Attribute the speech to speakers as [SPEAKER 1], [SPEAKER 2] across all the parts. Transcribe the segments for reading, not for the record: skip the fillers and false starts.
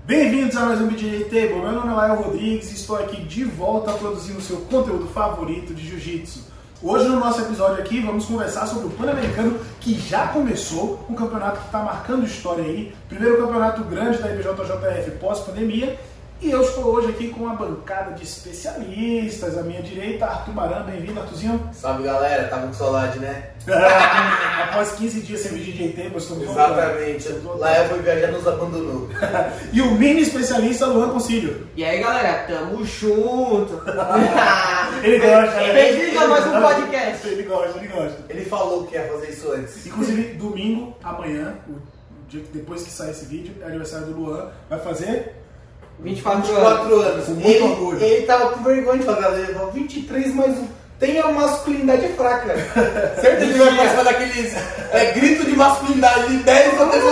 [SPEAKER 1] Bem-vindos a mais um BJJ Table. Meu nome é Lael Rodrigues e estou aqui de volta produzindo o seu conteúdo favorito de Jiu-Jitsu. Hoje no nosso episódio aqui vamos conversar sobre o Pan-Americano que já começou, um campeonato que está marcando história aí, primeiro campeonato grande da IBJJF pós-pandemia. E eu estou hoje aqui com uma bancada de especialistas. À minha direita, Arthur Baran. Bem-vindo, Arthurzinho.
[SPEAKER 2] Salve, galera. Tava com saudade, né?
[SPEAKER 1] Após 15 dias sem BJJ Table, estamos
[SPEAKER 2] Exatamente. Lael foi viajar e nos abandonou.
[SPEAKER 1] E o mini especialista Luan Concílio.
[SPEAKER 3] E aí, galera, tamo junto.
[SPEAKER 1] Ele gosta, né?
[SPEAKER 3] Bem-vindo a mais um podcast.
[SPEAKER 1] Ele gosta.
[SPEAKER 2] Ele falou que ia fazer isso antes.
[SPEAKER 1] Inclusive, domingo, amanhã, o dia que depois que sair esse vídeo, é aniversário do Luan, vai fazer
[SPEAKER 3] 24
[SPEAKER 2] anos.
[SPEAKER 1] Com muito orgulho.
[SPEAKER 2] Ele tava com vergonha de falar, ele falou 23, mas tem a masculinidade fraca. Certo? Ele vai participar daqueles grito de masculinidade de 10 ou 10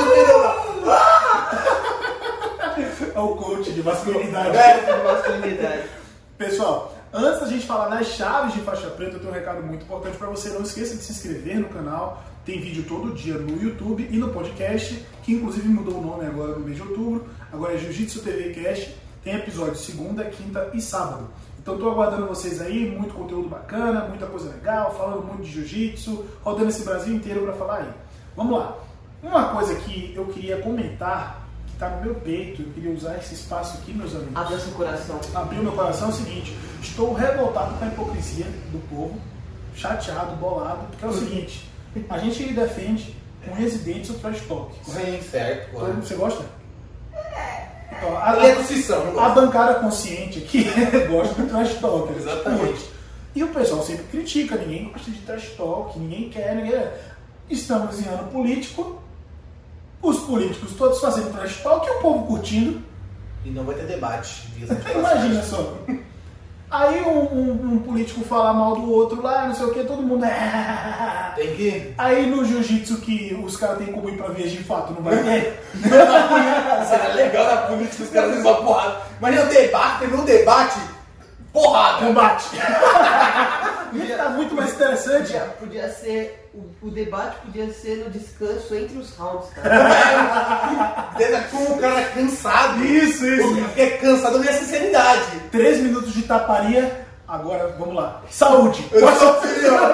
[SPEAKER 1] É o coach de masculinidade.
[SPEAKER 3] de masculinidade.
[SPEAKER 1] Pessoal, antes da gente falar das chaves de faixa preta, eu tenho um recado muito importante para você. Não esqueça de se inscrever no canal. Tem vídeo todo dia no YouTube e no podcast, que inclusive mudou o nome agora no mês de outubro. Agora é Jiu-Jitsu TV Cast. Tem episódio segunda, quinta e sábado. Então estou aguardando vocês aí, muito conteúdo bacana, muita coisa legal, falando muito de Jiu-Jitsu, rodando esse Brasil inteiro para falar aí. Vamos lá. Uma coisa que eu queria comentar, que está no meu peito, eu queria usar esse espaço aqui, meus amigos.
[SPEAKER 3] Abre seu coração.
[SPEAKER 1] Abrir o meu coração é o seguinte: estou revoltado com a hipocrisia do povo, chateado, bolado, porque é o seguinte: a gente defende com residentes o trash talk.
[SPEAKER 2] Sim, certo.
[SPEAKER 1] Todo mundo, você gosta? Então,
[SPEAKER 2] Ele é do Cissão, não
[SPEAKER 1] a
[SPEAKER 2] gosta.
[SPEAKER 1] bancada consciente aqui gosta do trash talk.
[SPEAKER 2] Exatamente.
[SPEAKER 1] E o pessoal sempre critica, ninguém gosta de trash talk, ninguém quer. Estamos em ano político, os políticos todos fazendo trash talk e o povo curtindo.
[SPEAKER 2] E não vai ter debate.
[SPEAKER 1] Imagina só. Aí um político fala mal do outro lá, não sei o que, todo mundo
[SPEAKER 2] Tem que...
[SPEAKER 1] Aí no jiu-jitsu que os caras têm como ir pra vias de fato, não vai ter?
[SPEAKER 2] Seria legal na política os caras dizem uma porrada. Mas no debate, porrada.
[SPEAKER 1] Combate. Tá muito mais interessante.
[SPEAKER 3] Podia ser. O debate podia ser no descanso entre os rounds, cara.
[SPEAKER 2] Com o cara cansado.
[SPEAKER 1] Isso.
[SPEAKER 2] Porque é cansado da sinceridade.
[SPEAKER 1] 3 minutos de taparia, agora vamos lá. Saúde.
[SPEAKER 2] Eu sou assim, ó.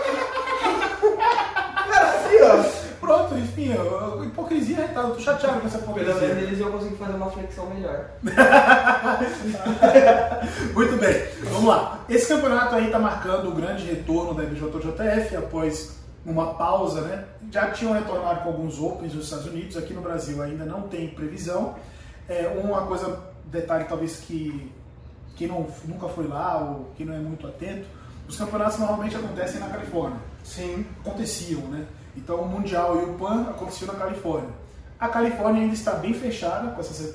[SPEAKER 2] Cara, assim, ó.
[SPEAKER 1] Pronto, enfim, hipocrisia retada, eu tô chateado com essa
[SPEAKER 3] Pelo menos
[SPEAKER 1] hipocrisia.
[SPEAKER 3] eles iam conseguir fazer uma flexão melhor.
[SPEAKER 1] Muito bem, vamos lá. Esse campeonato aí tá marcando o grande retorno da IBJJF após uma pausa, né? Já tinham retornado com alguns Opens nos Estados Unidos, aqui no Brasil ainda não tem previsão. Uma coisa, detalhe talvez que quem nunca foi lá ou que não é muito atento, os campeonatos normalmente acontecem na Califórnia.
[SPEAKER 2] Sim.
[SPEAKER 1] Aconteciam, né? Então o Mundial e o PAN aconteciam na Califórnia. A Califórnia ainda está bem fechada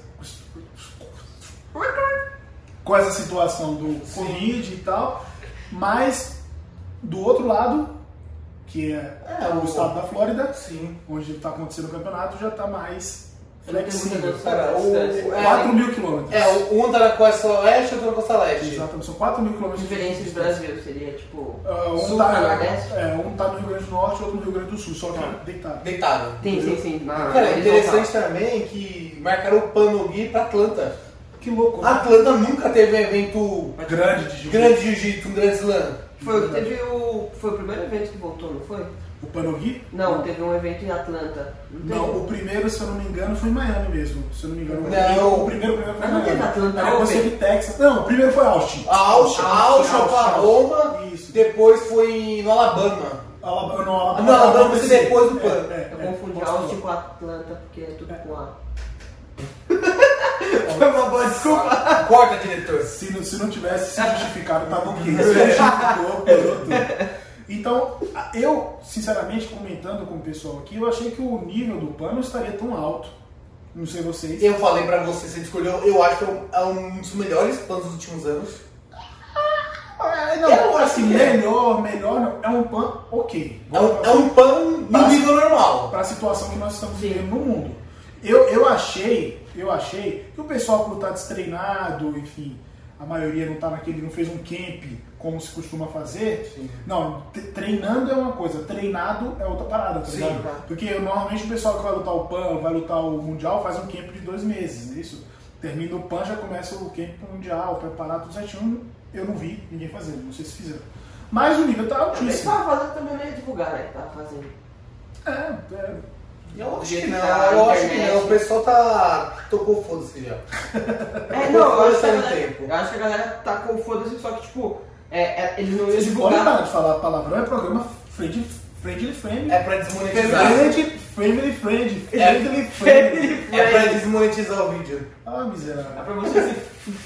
[SPEAKER 1] com essa situação do Covid e tal, mas do outro lado, que é o estado da Flórida,
[SPEAKER 2] Sim.
[SPEAKER 1] onde está acontecendo o campeonato, já está mais flexível.
[SPEAKER 3] Flexível.
[SPEAKER 2] Cara,
[SPEAKER 1] 4 mil quilômetros.
[SPEAKER 2] um tá na costa oeste e outro na costa leste.
[SPEAKER 1] Exatamente, são 4 mil quilômetros.
[SPEAKER 3] Diferença de Brasil seria tipo.
[SPEAKER 1] Um
[SPEAKER 3] Sul
[SPEAKER 1] tá,
[SPEAKER 3] pra Nordeste?
[SPEAKER 1] um tá no Rio Grande do Norte e outro no Rio Grande do Sul, só que deitado.
[SPEAKER 2] Deitado.
[SPEAKER 3] Sim.
[SPEAKER 2] Cara, é interessante também que marcaram o Pan-no-gi pra Atlanta.
[SPEAKER 1] Que louco, né?
[SPEAKER 2] Atlanta nunca teve um evento
[SPEAKER 1] Grande de jiu-jitsu.
[SPEAKER 2] grande de jiu-jitsu, um grande slam.
[SPEAKER 3] Foi o que teve Foi o primeiro evento que voltou, não foi?
[SPEAKER 1] O Pan-no-gi?
[SPEAKER 3] Não, teve um evento em Atlanta.
[SPEAKER 1] Não,
[SPEAKER 3] teve?
[SPEAKER 1] o primeiro, se eu não me engano, foi em Miami mesmo. Se eu não me engano.
[SPEAKER 2] Não.
[SPEAKER 1] O primeiro foi
[SPEAKER 3] Mas não
[SPEAKER 1] em
[SPEAKER 3] teve
[SPEAKER 1] Miami.
[SPEAKER 3] Atlanta
[SPEAKER 1] Aí depois
[SPEAKER 3] Open?
[SPEAKER 1] teve Texas. Não, o primeiro foi Austin.
[SPEAKER 2] Austin, Oklahoma,
[SPEAKER 1] Isso.
[SPEAKER 2] depois foi no Alabama.
[SPEAKER 1] Alabama,
[SPEAKER 2] No Alabama vai ser depois do Pan.
[SPEAKER 3] Eu confundi
[SPEAKER 1] posso
[SPEAKER 3] Austin
[SPEAKER 1] falar.
[SPEAKER 3] com Atlanta, porque é tudo com A. Foi uma boa desculpa.
[SPEAKER 2] Corta, diretor.
[SPEAKER 1] Se não tivesse se justificado, tava ok. Se justificou, parou tudo. Então, eu, sinceramente, comentando com o pessoal aqui, eu achei que o nível do PAN não estaria tão alto. Não sei vocês.
[SPEAKER 2] Eu falei pra você escolheu, eu acho que é um dos melhores pans dos últimos anos.
[SPEAKER 1] Não, assim, melhor não. É um PAN ok.
[SPEAKER 2] É um pan no nível normal.
[SPEAKER 1] Para a situação que nós estamos vivendo no mundo. Eu achei que o pessoal, por estar destreinado, enfim, a maioria não tá naquele, não fez um camp como se costuma fazer.
[SPEAKER 2] Sim.
[SPEAKER 1] Não, treinando é uma coisa, treinado é outra parada, tá
[SPEAKER 2] Sim,
[SPEAKER 1] ligado?
[SPEAKER 3] tá.
[SPEAKER 1] Porque normalmente o pessoal que vai lutar o PAN, vai lutar o Mundial, faz um camp de 2 meses, não é isso? Termina o PAN, já começa o camp mundial, preparar tudo certinho. Eu não vi ninguém fazendo, não sei se fizeram. Mas o nível tá
[SPEAKER 3] Eles
[SPEAKER 1] altíssimo.
[SPEAKER 3] estavam fazendo também, não ia divulgar, né? Tava fazendo.
[SPEAKER 1] É.
[SPEAKER 2] Eu acho
[SPEAKER 3] jeito
[SPEAKER 2] que
[SPEAKER 3] que
[SPEAKER 2] não,
[SPEAKER 3] tá
[SPEAKER 2] eu
[SPEAKER 3] na
[SPEAKER 2] acho que
[SPEAKER 3] internet.
[SPEAKER 2] não. O pessoal tocou foda-se já.
[SPEAKER 3] Não, eu acho, que a
[SPEAKER 2] Tem
[SPEAKER 3] galera,
[SPEAKER 2] tempo.
[SPEAKER 3] eu acho que a galera tá com foda-se, só que, tipo, eles não iam
[SPEAKER 1] Vocês podem
[SPEAKER 3] divulgar.
[SPEAKER 1] parar de falar palavrão, é programa friendly friend.
[SPEAKER 2] É pra desmonetizar.
[SPEAKER 1] Friendly friend.
[SPEAKER 2] É pra desmonetizar o vídeo.
[SPEAKER 1] Ah,
[SPEAKER 3] É
[SPEAKER 1] miserável.
[SPEAKER 3] pra você se.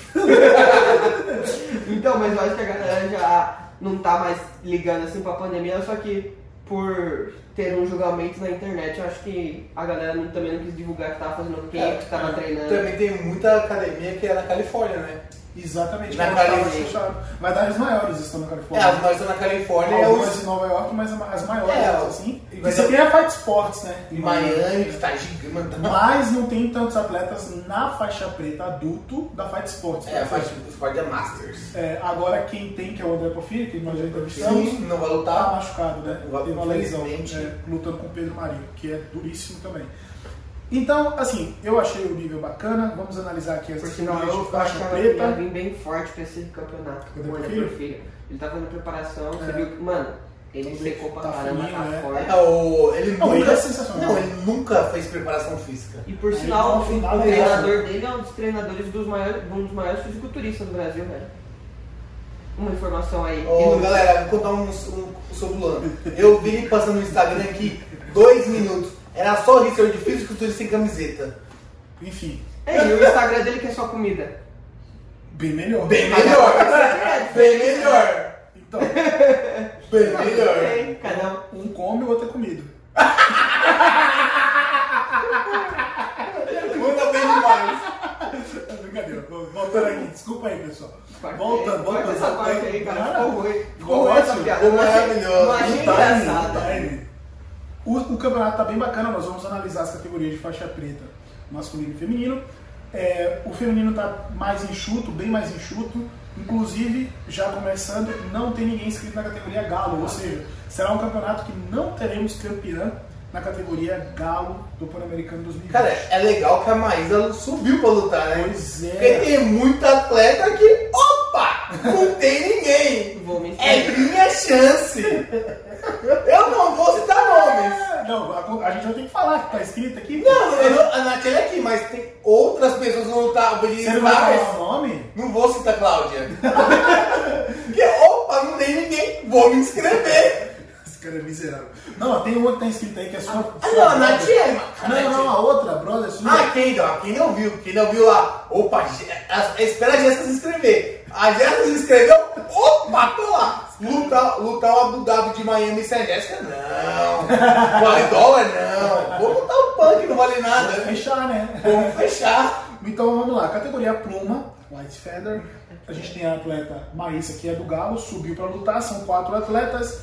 [SPEAKER 3] Então, mas eu acho que a galera já não tá mais ligando assim pra pandemia, só que por ter um julgamento na internet, eu acho que a galera também não quis divulgar que tava fazendo camp, que tava treinando.
[SPEAKER 2] Também tem muita academia que é na Califórnia, né?
[SPEAKER 1] Exatamente.
[SPEAKER 2] Na
[SPEAKER 1] Ela tava
[SPEAKER 2] Califórnia.
[SPEAKER 1] fechada. Mas as maiores estão na
[SPEAKER 2] É,
[SPEAKER 1] Califórnia.
[SPEAKER 2] as maiores estão na Califórnia e
[SPEAKER 1] Algumas
[SPEAKER 2] os
[SPEAKER 1] em Nova York, mas as maiores,
[SPEAKER 2] É,
[SPEAKER 1] assim.
[SPEAKER 2] e
[SPEAKER 1] E
[SPEAKER 2] vai
[SPEAKER 1] você
[SPEAKER 2] dar-
[SPEAKER 1] tem a Fight Sports, né?
[SPEAKER 2] em Miami, que tá gigante.
[SPEAKER 1] Mas não tem tantos atletas na faixa preta adulto da Fight Sports.
[SPEAKER 2] É, faz o esporte é Masters.
[SPEAKER 1] Agora quem tem, que é o André Porfírio, que nós já entrevistamos,
[SPEAKER 2] Sim, não vai
[SPEAKER 1] tá
[SPEAKER 2] lutar.
[SPEAKER 1] machucado, né?
[SPEAKER 2] Vai-
[SPEAKER 1] Teve uma lesão,
[SPEAKER 2] infelizmente.
[SPEAKER 1] lutando com o Pedro Marinho, que é duríssimo também. Então, assim, eu achei o nível bacana. Vamos analisar aqui as
[SPEAKER 3] Por sinal,
[SPEAKER 1] categorias
[SPEAKER 3] eu
[SPEAKER 1] de faixa
[SPEAKER 3] achava que ia
[SPEAKER 1] preta.
[SPEAKER 3] vir bem forte pra esse campeonato.
[SPEAKER 1] Cadê
[SPEAKER 3] O
[SPEAKER 1] o
[SPEAKER 3] André
[SPEAKER 1] Porfírio?
[SPEAKER 3] Porfírio. Ele tá fazendo preparação, você
[SPEAKER 1] É.
[SPEAKER 3] viu que, mano, ele
[SPEAKER 1] Tá
[SPEAKER 3] secou pra
[SPEAKER 1] tá
[SPEAKER 3] caramba,
[SPEAKER 1] fininho,
[SPEAKER 3] tá
[SPEAKER 1] né?
[SPEAKER 3] forte.
[SPEAKER 2] Ele
[SPEAKER 1] Não,
[SPEAKER 2] nunca
[SPEAKER 1] ele é sensacional.
[SPEAKER 2] Não, ele nunca fez preparação física.
[SPEAKER 3] E por
[SPEAKER 1] Aí,
[SPEAKER 3] sinal,
[SPEAKER 1] no final,
[SPEAKER 3] o
[SPEAKER 1] é
[SPEAKER 3] treinador dele é um dos treinadores de um dos maiores fisiculturistas do Brasil, velho. Uma informação aí.
[SPEAKER 2] Ô, galera, vou contar um sobre o Lano. Eu vi ele passando no Instagram aqui 2 minutos. Era só research de fisiculturista sem camiseta.
[SPEAKER 1] Enfim,
[SPEAKER 3] E o Instagram dele que é só comida.
[SPEAKER 1] bem melhor.
[SPEAKER 2] Bem melhor. Bem melhor.
[SPEAKER 1] Então,
[SPEAKER 2] Bem melhor.
[SPEAKER 3] É, cada um.
[SPEAKER 1] um come e o outro é comido.
[SPEAKER 2] Manda bem demais.
[SPEAKER 1] É brincadeira. Voltando aqui, desculpa aí, pessoal.
[SPEAKER 3] Corta
[SPEAKER 1] Voltando.
[SPEAKER 3] essa parte aí, cara.
[SPEAKER 1] Não,
[SPEAKER 3] Ficou ruim.
[SPEAKER 1] ficou
[SPEAKER 3] Ficou essa
[SPEAKER 1] ótimo.
[SPEAKER 3] piada.
[SPEAKER 2] Ficou
[SPEAKER 3] Não achei-
[SPEAKER 2] maravilhoso.
[SPEAKER 3] Não achei
[SPEAKER 1] Não tá indo,
[SPEAKER 3] engraçada.
[SPEAKER 1] não tá indo. O campeonato tá bem bacana, nós vamos analisar as categorias de faixa preta, masculino e feminino. O feminino tá mais enxuto, bem mais enxuto. Inclusive, já começando, não tem ninguém inscrito na categoria galo, ou seja, será um campeonato que não teremos campeã na categoria galo do Pan-Americano 2020.
[SPEAKER 2] Cara, é legal que a Maísa subiu pra lutar, né?
[SPEAKER 1] Pois é.
[SPEAKER 2] Porque tem muito atleta que, opa, não tem ninguém.
[SPEAKER 3] Vou me
[SPEAKER 2] É minha chance. Eu não vou citar nomes.
[SPEAKER 1] Não, a gente vai ter que falar que tá escrito aqui.
[SPEAKER 2] Não, a Natália aqui, mas tem outras pessoas que vão lutar.
[SPEAKER 1] Você não vai falar o nome?
[SPEAKER 2] Não vou citar a Cláudia. Porque, opa, não tem ninguém. Vou me inscrever.
[SPEAKER 1] Esse cara é miserável. Não, tem um outro que tá escrito aí que é sua.
[SPEAKER 2] Não, a Natália.
[SPEAKER 1] Não, a outra, brother, sua.
[SPEAKER 2] Ah, quem não viu lá? Opa, espera a Jéssica se inscrever. A Jéssica se inscreveu, opa, tô lá. Lutar o Abu Dhabi de Miami sem a Jéssica, não. Vale dólar, não. Vou lutar o punk, não vale nada.
[SPEAKER 1] Vamos fechar, né?
[SPEAKER 2] Vamos fechar.
[SPEAKER 1] Então vamos lá, categoria pluma, White Feather. A gente tem a atleta Maísa, que é do Galo, subiu para lutar, são 4 atletas.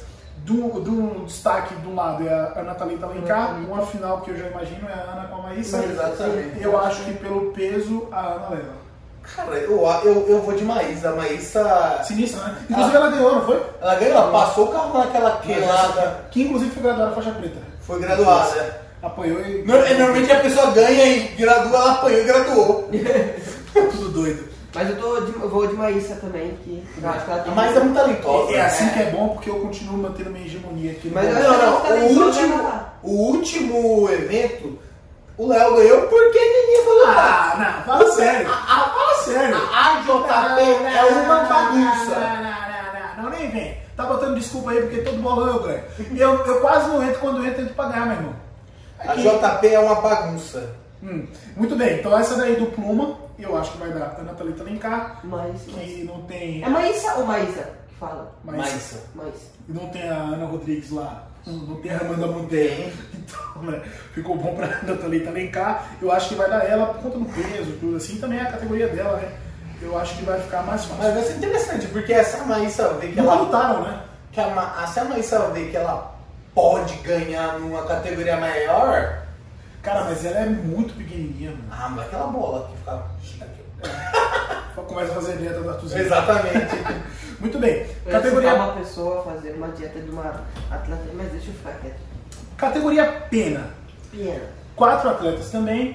[SPEAKER 1] Do destaque de um lado é a Ana Thalita Alencar, uma final que eu já imagino é a Ana com a Maísa.
[SPEAKER 2] Exatamente.
[SPEAKER 1] Eu acho que pelo peso a Ana leva.
[SPEAKER 2] Cara, eu vou de Maísa. A Maísa,
[SPEAKER 1] Sinistra, né? Inclusive ela ganhou, não foi?
[SPEAKER 2] ela ganhou, ela passou o carro naquela queimada.
[SPEAKER 1] Que inclusive foi graduada faixa preta.
[SPEAKER 2] Foi graduada.
[SPEAKER 1] Apoiou e.
[SPEAKER 2] Normalmente a pessoa ganha e gradua, ela apanhou e graduou.
[SPEAKER 1] Tudo doido.
[SPEAKER 3] Mas eu vou de Maísa também, que eu acho que ela tem.
[SPEAKER 2] A Maísa é muito talentosa.
[SPEAKER 1] É assim que é bom, porque eu continuo mantendo minha hegemonia aqui no
[SPEAKER 3] Mas
[SPEAKER 1] Brasil.
[SPEAKER 3] eu-
[SPEAKER 2] Não, o último evento, o Léo ganhou porque ninguém falou nada.
[SPEAKER 1] Não, fala sério. Fala sério.
[SPEAKER 2] A JP é uma bagunça.
[SPEAKER 1] Não, nem vem. Tá botando desculpa aí porque todo bolão eu ganho. Eu quase não entro, quando entro pra ganhar, meu irmão.
[SPEAKER 2] A JP é uma bagunça.
[SPEAKER 1] Muito bem, então essa daí do Pluma, eu acho que vai dar Ana Thalita Alencar,
[SPEAKER 3] Mas.
[SPEAKER 1] que não tem.
[SPEAKER 3] É Maísa ou Maísa que fala?
[SPEAKER 2] Maísa.
[SPEAKER 3] Maísa.
[SPEAKER 1] Não tem a Ana Rodrigues lá, não tem a Amanda Monteiro. Então, né, ficou bom pra Ana Thalita Alencar. Eu acho que vai dar ela por conta do peso, tudo assim, também é a categoria dela, né? Eu acho que vai ficar mais fácil.
[SPEAKER 2] Mas vai ser interessante, porque essa Maísa vê que
[SPEAKER 1] Nunca
[SPEAKER 2] ela.
[SPEAKER 1] lutaram, né?
[SPEAKER 2] Se a Maísa vê que ela pode ganhar numa categoria maior.
[SPEAKER 1] Cara, mas ela é muito pequenininha, mano.
[SPEAKER 2] Ah, mas aquela bola que fica.
[SPEAKER 1] Começa a fazer dieta do Arthurzinho.
[SPEAKER 2] Exatamente.
[SPEAKER 1] Muito bem.
[SPEAKER 3] Eu
[SPEAKER 1] Categoria...
[SPEAKER 3] ia citar uma pessoa fazer uma dieta de uma atleta, mas deixa eu ficar quieto.
[SPEAKER 1] Categoria pena.
[SPEAKER 3] Pena.
[SPEAKER 1] 4 atletas também.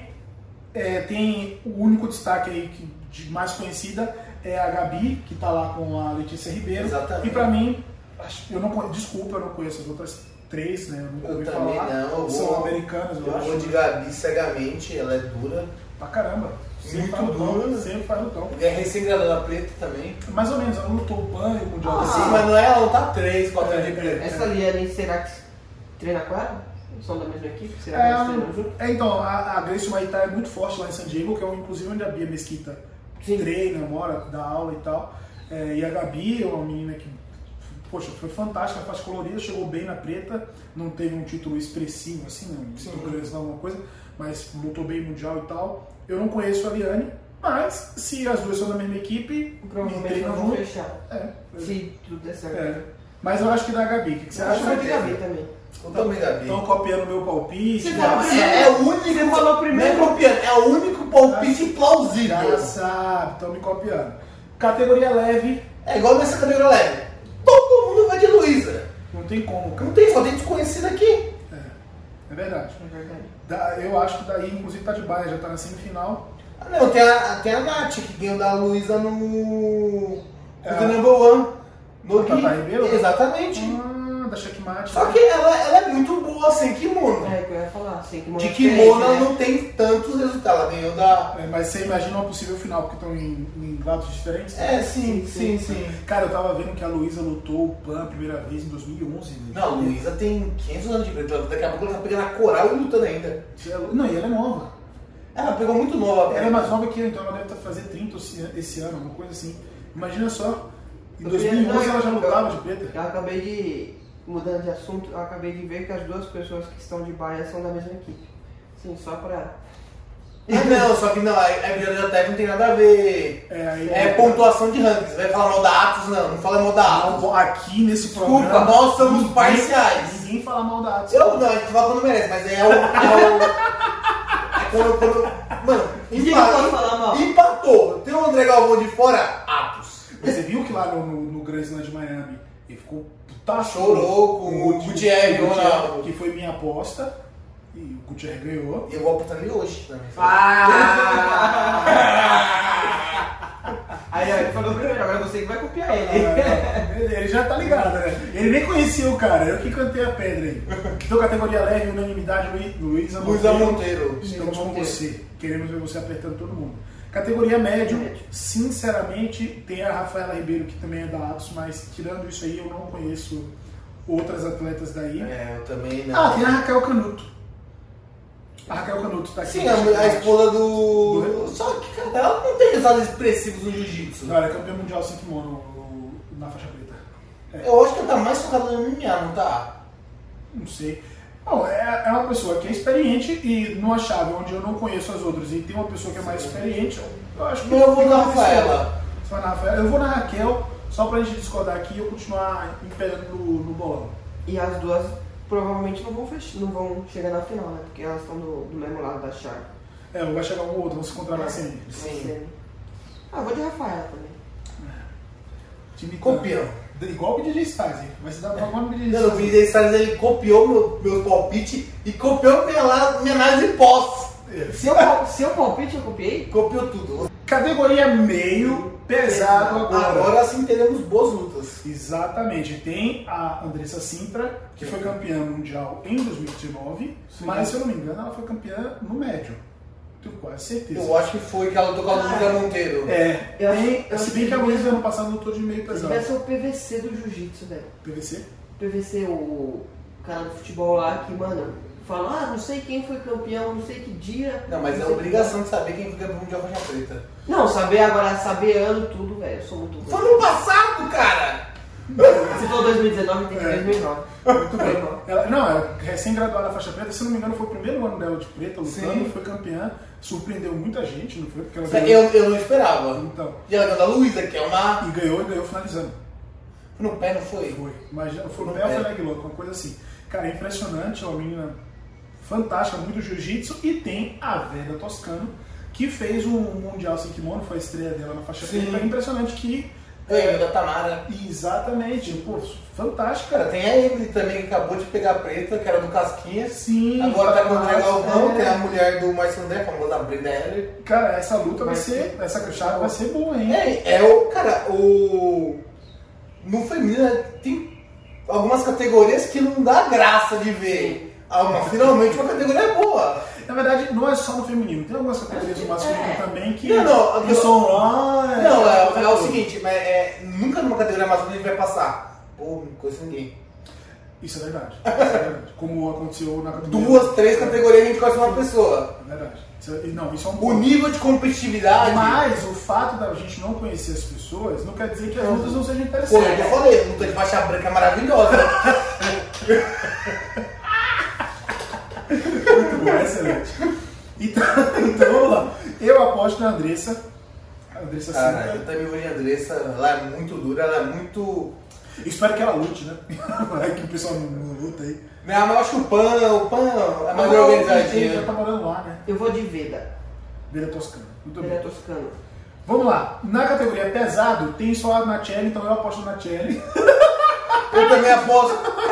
[SPEAKER 1] Tem o único destaque aí de mais conhecida é a Gabi, que está lá com a Letícia Ribeiro.
[SPEAKER 2] Exatamente.
[SPEAKER 1] E pra mim, eu não conheço as outras 3, né? Eu nunca ouvi
[SPEAKER 2] também
[SPEAKER 1] falar.
[SPEAKER 2] não.
[SPEAKER 1] São americanas, eu acho.
[SPEAKER 2] vou de Gabi cegamente, ela é dura.
[SPEAKER 1] Pra caramba. Sempre faz
[SPEAKER 2] Muito
[SPEAKER 1] lutão.
[SPEAKER 2] dura.
[SPEAKER 1] Sempre faz lutão.
[SPEAKER 2] É recém-graduada preta também.
[SPEAKER 1] Mais ou menos, ela lutou o PAN e o Mundial.
[SPEAKER 2] Sim, mas não é ela lutar 3, 4 de preta.
[SPEAKER 3] Essa Liane, será que treina com ela? São da mesma equipe? Será que eles treinam junto?
[SPEAKER 1] Então, a Grace Maitá é muito forte lá em San Diego, que é inclusive onde a Bia Mesquita
[SPEAKER 3] Sim.
[SPEAKER 1] treina, mora, dá aula e tal. E a Gabi é uma menina que, poxa, foi fantástica, faz colorida, chegou bem na preta, não teve um título expressivo, assim, não, título grande, alguma coisa, mas lutou bem mundial e tal. Eu não conheço a Liane, mas se as duas são da mesma equipe,
[SPEAKER 3] Provavelmente
[SPEAKER 1] treinam
[SPEAKER 3] elas vão
[SPEAKER 1] junto.
[SPEAKER 3] fechar.
[SPEAKER 1] É.
[SPEAKER 3] Se tudo der certo.
[SPEAKER 1] Mas eu acho que da Gabi, o que você
[SPEAKER 3] Eu
[SPEAKER 1] acha?
[SPEAKER 3] acho que Gabi também.
[SPEAKER 2] Eu também, Gabi.
[SPEAKER 1] Estão copiando meu palpite.
[SPEAKER 3] Você
[SPEAKER 1] já
[SPEAKER 3] falou
[SPEAKER 1] sabe.
[SPEAKER 2] É o único.
[SPEAKER 3] Você falou primeiro.
[SPEAKER 2] Não é copiando, é o único palpite plausível.
[SPEAKER 1] Já sabe, estão me copiando. Categoria leve,
[SPEAKER 2] É igual nessa categoria leve. Todo mundo vai de Luísa.
[SPEAKER 1] não tem como, cara.
[SPEAKER 2] Não tem, só tem desconhecido aqui.
[SPEAKER 1] É verdade.
[SPEAKER 3] É verdade.
[SPEAKER 1] Eu acho que daí, inclusive, tá de baia, já tá na semifinal.
[SPEAKER 2] Ah, não, tem a Nath que ganhou da Luísa no.
[SPEAKER 1] É.
[SPEAKER 2] The Number One. No
[SPEAKER 1] A Tata Ribeiro?
[SPEAKER 2] Exatamente.
[SPEAKER 1] Da Checkmate.
[SPEAKER 2] Só que ela é muito boa sem kimono.
[SPEAKER 3] É, que eu ia falar. Sem kimono
[SPEAKER 2] De
[SPEAKER 3] é
[SPEAKER 2] kimono
[SPEAKER 3] diferente,
[SPEAKER 2] ela
[SPEAKER 3] né?
[SPEAKER 2] não tem tantos resultados. Ela ganhou da.
[SPEAKER 1] Mas você imagina uma possível final, porque estão em lados diferentes?
[SPEAKER 2] Sim.
[SPEAKER 1] Cara, eu tava vendo que a Luísa lutou o PAN a primeira vez em 2011. Né?
[SPEAKER 2] Não, a Luísa tem 500 anos de preta. Daqui a pouco ela tá pegando a coral e lutando ainda.
[SPEAKER 1] Não, e ela é nova.
[SPEAKER 2] Ela pegou muito nova.
[SPEAKER 1] Ela é mais nova que eu, então ela deve fazer 30 esse ano, uma coisa assim. Imagina só. Em
[SPEAKER 3] Eu
[SPEAKER 1] 2011
[SPEAKER 3] queria-
[SPEAKER 1] ela já
[SPEAKER 3] eu-
[SPEAKER 1] lutava de preta.
[SPEAKER 3] Eu acabei de, mudando de assunto, eu acabei de ver que as duas pessoas que estão de baia são da mesma equipe. Sim, só pra...
[SPEAKER 2] Ah, não, só que não, a biologia técnica não tem nada a ver. É pontuação de rankings. Vai falar mal da Atos? Não fala mal da Atos.
[SPEAKER 1] Não, aqui nesse
[SPEAKER 2] Desculpa,
[SPEAKER 1] programa.
[SPEAKER 2] nós somos
[SPEAKER 1] ninguém-
[SPEAKER 2] parciais.
[SPEAKER 1] Ninguém fala mal da Atos.
[SPEAKER 2] Eu não, a gente fala quando merece, mas é mano,
[SPEAKER 3] Ninguém pode falar mal.
[SPEAKER 2] empatou. Tem o André Galvão de fora, Atos.
[SPEAKER 1] Mas você viu que lá no Grand Slam de Miami ele ficou putaço.
[SPEAKER 2] Chorou com o Gutierrez, Ronaldo.
[SPEAKER 1] que foi minha aposta. E o Gutierrez ganhou.
[SPEAKER 2] E eu vou apostar nele hoje também.
[SPEAKER 3] Aí ó, ele falou primeiro, agora você que vai copiar ele.
[SPEAKER 1] Ele já tá ligado, né? Ele nem conhecia o cara, eu que cantei a pedra aí. Então, categoria leve, unanimidade, Luísa
[SPEAKER 2] Monteiro.
[SPEAKER 1] Estamos com
[SPEAKER 3] Monteiro.
[SPEAKER 1] você. Queremos ver você apertando todo mundo. Categoria médio, sinceramente, tem a Rafaela Ribeiro, que também é da Atos, mas tirando isso aí, eu não conheço outras atletas daí.
[SPEAKER 2] É, eu também não.
[SPEAKER 1] Tem a Raquel Canuto. A Raquel Canuto tá aqui.
[SPEAKER 2] Sim, a esposa do. Só que, cara, ela não tem resultados expressivos no jiu-jitsu.
[SPEAKER 1] Não, ela é campeã mundial sem kimono na faixa preta.
[SPEAKER 2] Eu acho que ela tá mais focada no MMA, não tá?
[SPEAKER 1] Não sei. Bom, é uma pessoa que é experiente e numa chave onde eu não conheço as outras e tem uma pessoa que é mais experiente, eu acho que
[SPEAKER 2] Eu vou
[SPEAKER 1] fica
[SPEAKER 2] na
[SPEAKER 1] mais
[SPEAKER 2] Rafaela.
[SPEAKER 1] Você vai na Rafaela? Eu vou na Raquel, só pra gente discordar aqui e eu continuar imperando no bolão.
[SPEAKER 3] E as duas provavelmente não vão chegar na final, né? Porque elas estão do mesmo lado da chave.
[SPEAKER 1] Vai chegar um ou outro, vamos se encontrar na semi.
[SPEAKER 2] Sim.
[SPEAKER 3] Ah, vou de Rafaela também.
[SPEAKER 1] Time
[SPEAKER 2] Campeão.
[SPEAKER 1] Igual o DJ Styles, hein? Vai se dar uma boa BJ
[SPEAKER 2] Não, o Vini Salles, ele copiou meu palpite e copiou minha análise pós.
[SPEAKER 3] Seu palpite eu copiei?
[SPEAKER 2] Copiou tudo.
[SPEAKER 1] Categoria meio pesado agora.
[SPEAKER 2] Agora sim teremos boas lutas.
[SPEAKER 1] Exatamente. Tem a Andressa Sintra, que foi campeã mundial em 2019, mas se eu não me engano ela foi campeã no médio. Tenho quase certeza.
[SPEAKER 2] Eu acho que foi que ela lutou com a Luísa Monteiro.
[SPEAKER 1] Se bem que a Luísa ano passado lutou de meio pesado.
[SPEAKER 3] Deve ser o PVC do jiu-jitsu, velho.
[SPEAKER 1] PVC?
[SPEAKER 3] PVC, o cara do futebol lá que, mano, fala, não sei quem foi campeão, não sei que dia.
[SPEAKER 2] Não, mas é
[SPEAKER 3] sei
[SPEAKER 2] obrigação de saber quem foi campeão mundial faixa preta.
[SPEAKER 3] que... Não, saber agora, saber ano, tudo, velho. Eu sou muito ruim.
[SPEAKER 2] Foi no passado, cara!
[SPEAKER 3] Se for 2019, tem que ser 2009.
[SPEAKER 1] Muito bem. Ela é recém-graduada na faixa preta, se não me engano foi o primeiro ano dela de preta lutando,
[SPEAKER 2] Sim.
[SPEAKER 1] foi campeã, surpreendeu muita gente, não foi? Porque ela ganhou.
[SPEAKER 2] Eu não esperava.
[SPEAKER 1] Então,
[SPEAKER 2] E ela ganhou da Luísa, que é uma.
[SPEAKER 1] e ganhou finalizando.
[SPEAKER 2] Foi no pé, não foi?
[SPEAKER 1] Foi. Mas foi
[SPEAKER 2] No
[SPEAKER 1] no pé ou
[SPEAKER 2] pé.
[SPEAKER 1] foi leg lock, uma coisa assim. Cara, é impressionante, é uma menina fantástica, muito jiu-jitsu, e tem a Veda Toscano, que fez um Mundial Sem Kimono, foi a estreia dela na faixa preta. É impressionante que...
[SPEAKER 2] Ganhou da Tamara.
[SPEAKER 1] Exatamente, pô, fantástico.
[SPEAKER 2] Cara, tem a Emily também que acabou de pegar a preta, que era do Casquinha.
[SPEAKER 1] Sim.
[SPEAKER 2] Agora tá com o André Galvão, que é a mulher do Márcio André, famosa Brenda Heller.
[SPEAKER 1] Cara, essa luta vai ser, essa chave vai ser boa, hein?
[SPEAKER 2] No feminino tem algumas categorias que não dá graça de ver. Finalmente uma categoria boa.
[SPEAKER 1] Na verdade, não é só no feminino, tem algumas categorias do masculino também que
[SPEAKER 2] não
[SPEAKER 1] são
[SPEAKER 2] é o seguinte, mas nunca numa categoria masculina a gente vai passar. Pô, não conheço ninguém.
[SPEAKER 1] Isso é verdade. Como aconteceu na categoria.
[SPEAKER 2] 2, 3 categorias a gente conhece uma pessoa.
[SPEAKER 1] É verdade. Não, isso é um
[SPEAKER 2] o nível de competitividade.
[SPEAKER 1] Mas o fato da gente não conhecer as pessoas não quer dizer que as lutas não sejam interessantes.
[SPEAKER 2] Pô, eu já falei, a luta de faixa branca é maravilhosa.
[SPEAKER 1] Muito bom, excelente. Então vamos lá. Eu aposto na Andressa. A Andressa
[SPEAKER 2] Cara, eu também vou em Andressa. Ela é muito dura, ela é muito...
[SPEAKER 1] Eu espero que ela lute, né? É que o pessoal não luta aí.
[SPEAKER 2] Não, mas eu acho que o Pan é mais organizadinho.
[SPEAKER 1] Já tá morando lá, né?
[SPEAKER 3] Eu vou de Veda.
[SPEAKER 1] Veda Toscano. Muito
[SPEAKER 3] Veda
[SPEAKER 1] bem.
[SPEAKER 3] Toscano.
[SPEAKER 1] Vamos lá. Na categoria pesado, tem só a Nachelli, então eu aposto na Nachelli.
[SPEAKER 2] Eu também aposto.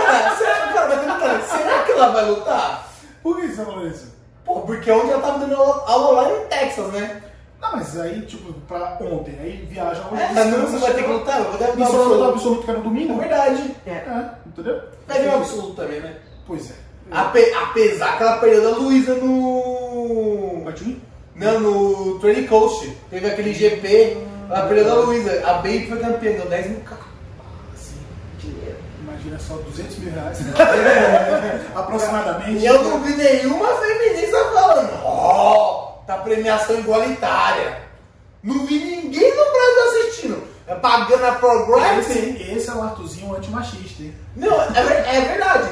[SPEAKER 2] Será que ela vai lutar?
[SPEAKER 1] Por que você tá falando isso?
[SPEAKER 2] Pô, porque ontem ela tava dando aula lá em Texas, né?
[SPEAKER 1] Não, mas aí, tipo, pra ontem, aí viaja hoje.
[SPEAKER 2] Mas não vai ter que lutar, eu vou dar
[SPEAKER 1] Isso é luta absoluto que é no domingo?
[SPEAKER 2] É verdade.
[SPEAKER 1] Entendeu?
[SPEAKER 2] Perdeu um absoluto também, né?
[SPEAKER 1] Pois é.
[SPEAKER 2] Apesar que ela perdeu da Luísa no...
[SPEAKER 1] Bate
[SPEAKER 2] Não, no Trade Coast. Teve aquele GP, ela perdeu da Luísa. A Baby foi campeã, deu 10 mil k.
[SPEAKER 1] Assim, dinheiro. Imagina só 200 mil reais. Aproximadamente.
[SPEAKER 2] E eu não vi nenhuma feminista falando, tá premiação igualitária. Não vi ninguém no Brasil assistindo. Pagando a Progress.
[SPEAKER 1] Esse é o Arthurzinho antimachista, hein?
[SPEAKER 2] Não, é verdade.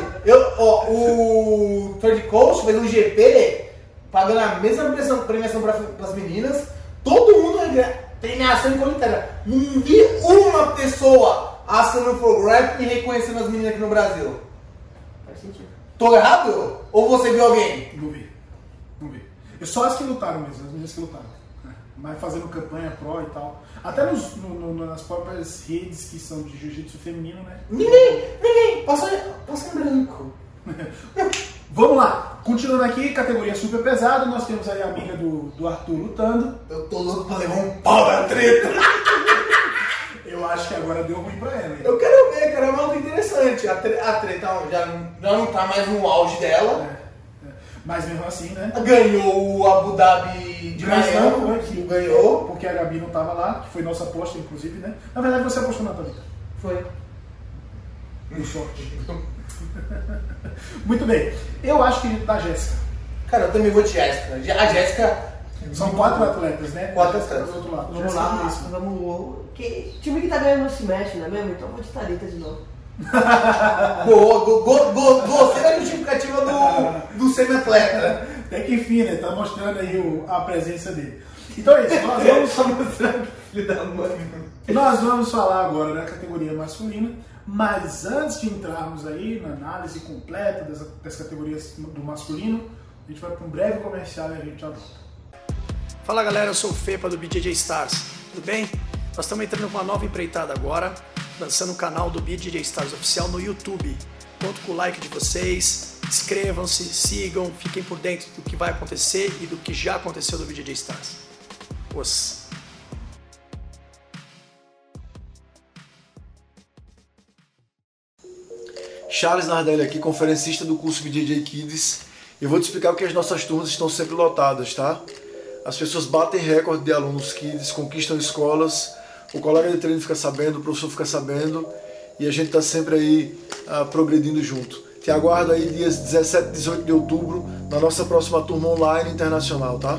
[SPEAKER 2] O Third Coast fez um GP pagando a mesma premiação para as meninas. Todo mundo premiação igualitária. Não vi uma pessoa assinando pro Grab e reconhecendo as meninas aqui no Brasil.
[SPEAKER 3] Faz sentido.
[SPEAKER 2] Tô errado? Ou você viu alguém?
[SPEAKER 1] Não vi. Eu só as que lutaram mesmo, as meninas que lutaram. Mas fazendo campanha pró e tal. Até nas próprias redes que são de jiu-jitsu feminino, né?
[SPEAKER 2] Ninguém. Passa em branco.
[SPEAKER 1] Vamos lá. Continuando aqui, categoria super pesada, nós temos aí a amiga do Arthur lutando.
[SPEAKER 2] Eu tô louco pra levar um pau na treta.
[SPEAKER 1] Eu acho que agora deu ruim pra ela.
[SPEAKER 2] Eu quero ver, cara, é uma luta interessante. A treta já não tá mais no auge dela.
[SPEAKER 1] Mas mesmo assim, né?
[SPEAKER 2] Ganhou o Abu Dhabi de Miami. Ganhou.
[SPEAKER 1] Porque a Gabi não tava lá, que foi nossa aposta, inclusive, né? Na verdade, você apostou na Thalita.
[SPEAKER 3] Foi.
[SPEAKER 1] Deu sorte. Muito bem. Eu acho que da Jéssica.
[SPEAKER 2] Cara, eu também vou de Jéssica. A Jéssica...
[SPEAKER 1] São 4 atletas, né?
[SPEAKER 2] 4 atletas.
[SPEAKER 1] Do outro lado.
[SPEAKER 3] Vamos lá, vamos... Que time que tá ganhando não se mexe, não é mesmo? Então eu vou de Thalita de novo.
[SPEAKER 2] Gostei da justificativa do semi-atleta.
[SPEAKER 1] Até que enfim, né? Tá mostrando aí a presença dele. Então é isso, nós vamos falar agora da categoria masculina, mas antes de entrarmos aí na análise completa das categorias do masculino, a gente vai para um breve comercial e a gente já volta. Fala galera, eu sou o Fepa do BJJ Stars, tudo bem? Nós estamos entrando com uma nova empreitada agora, lançando o canal do BJJ Stars Oficial no YouTube. Conto com o like de vocês, inscrevam-se, sigam, fiquem por dentro do que vai acontecer e do que já aconteceu do BJJ Stars.
[SPEAKER 4] Charles Nardelli aqui, conferencista do curso BJJ Kids. Eu vou te explicar porque as nossas turmas estão sempre lotadas, tá? As pessoas batem recorde de alunos Kids, conquistam escolas, o colega de treino fica sabendo, o professor fica sabendo e a gente está sempre aí progredindo junto. Te aguardo aí dias 17 e 18 de outubro na nossa próxima turma online internacional, tá?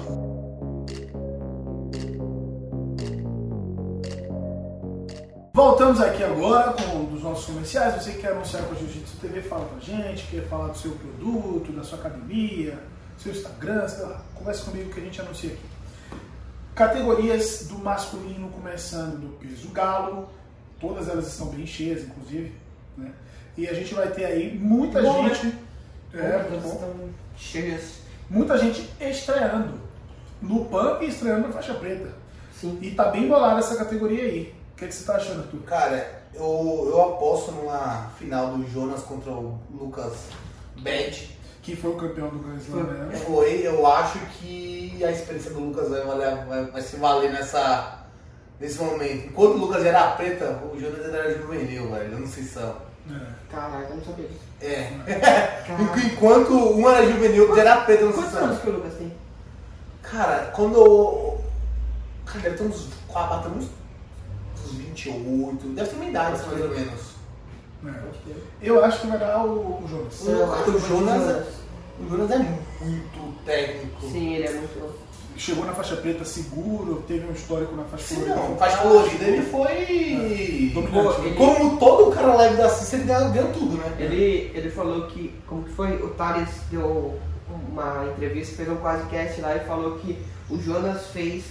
[SPEAKER 1] Voltamos aqui agora com um dos nossos comerciais. Você que quer anunciar com a Jiu-Jitsu TV, fala com a gente, quer falar do seu produto, da sua academia, seu Instagram, sei lá, conversa comigo que a gente anuncia aqui. Categorias do masculino começando do peso galo, todas elas estão bem cheias, inclusive, né? E a gente vai ter aí muita gente...
[SPEAKER 3] Todas estão cheias.
[SPEAKER 1] Muita gente estreando. Lupan e estreando na faixa preta.
[SPEAKER 3] Sim.
[SPEAKER 1] E tá bem bolada essa categoria aí. O que você tá achando, Arthur?
[SPEAKER 2] Cara, eu aposto numa final do Jonas contra o Lucas Bad.
[SPEAKER 1] Que foi o campeão do Grand Slam, né?
[SPEAKER 2] Foi, eu acho que a experiência do Lucas vai se valer nesse momento. Enquanto o Lucas era preta, o Jonas era juvenil, velho. Eu não sei se são.
[SPEAKER 3] Caraca, eu não sabia disso.
[SPEAKER 2] É.
[SPEAKER 3] Caraca.
[SPEAKER 2] Enquanto um era juvenil, o outro era preta, eu não sei
[SPEAKER 3] Quantos
[SPEAKER 2] se são.
[SPEAKER 3] anos que o Lucas tem?
[SPEAKER 2] Cara, quando eu. Cara, deve ter uns 28. Deve ter uma idade, mais ou menos.
[SPEAKER 1] Eu acho que vai dar o Jonas.
[SPEAKER 2] O Jonas é muito técnico.
[SPEAKER 3] Sim, ele é muito.
[SPEAKER 1] Chegou na faixa preta seguro, teve um histórico na faixa
[SPEAKER 2] Sim,
[SPEAKER 1] colorida.
[SPEAKER 2] não, faixa colorida ele foi.
[SPEAKER 1] Dominante.
[SPEAKER 2] Como todo cara leve da Cissa, ele ganhou tudo, né?
[SPEAKER 3] Ele falou que, como que foi? O Thales deu uma entrevista, fez um quasicast lá e falou que o Jonas fez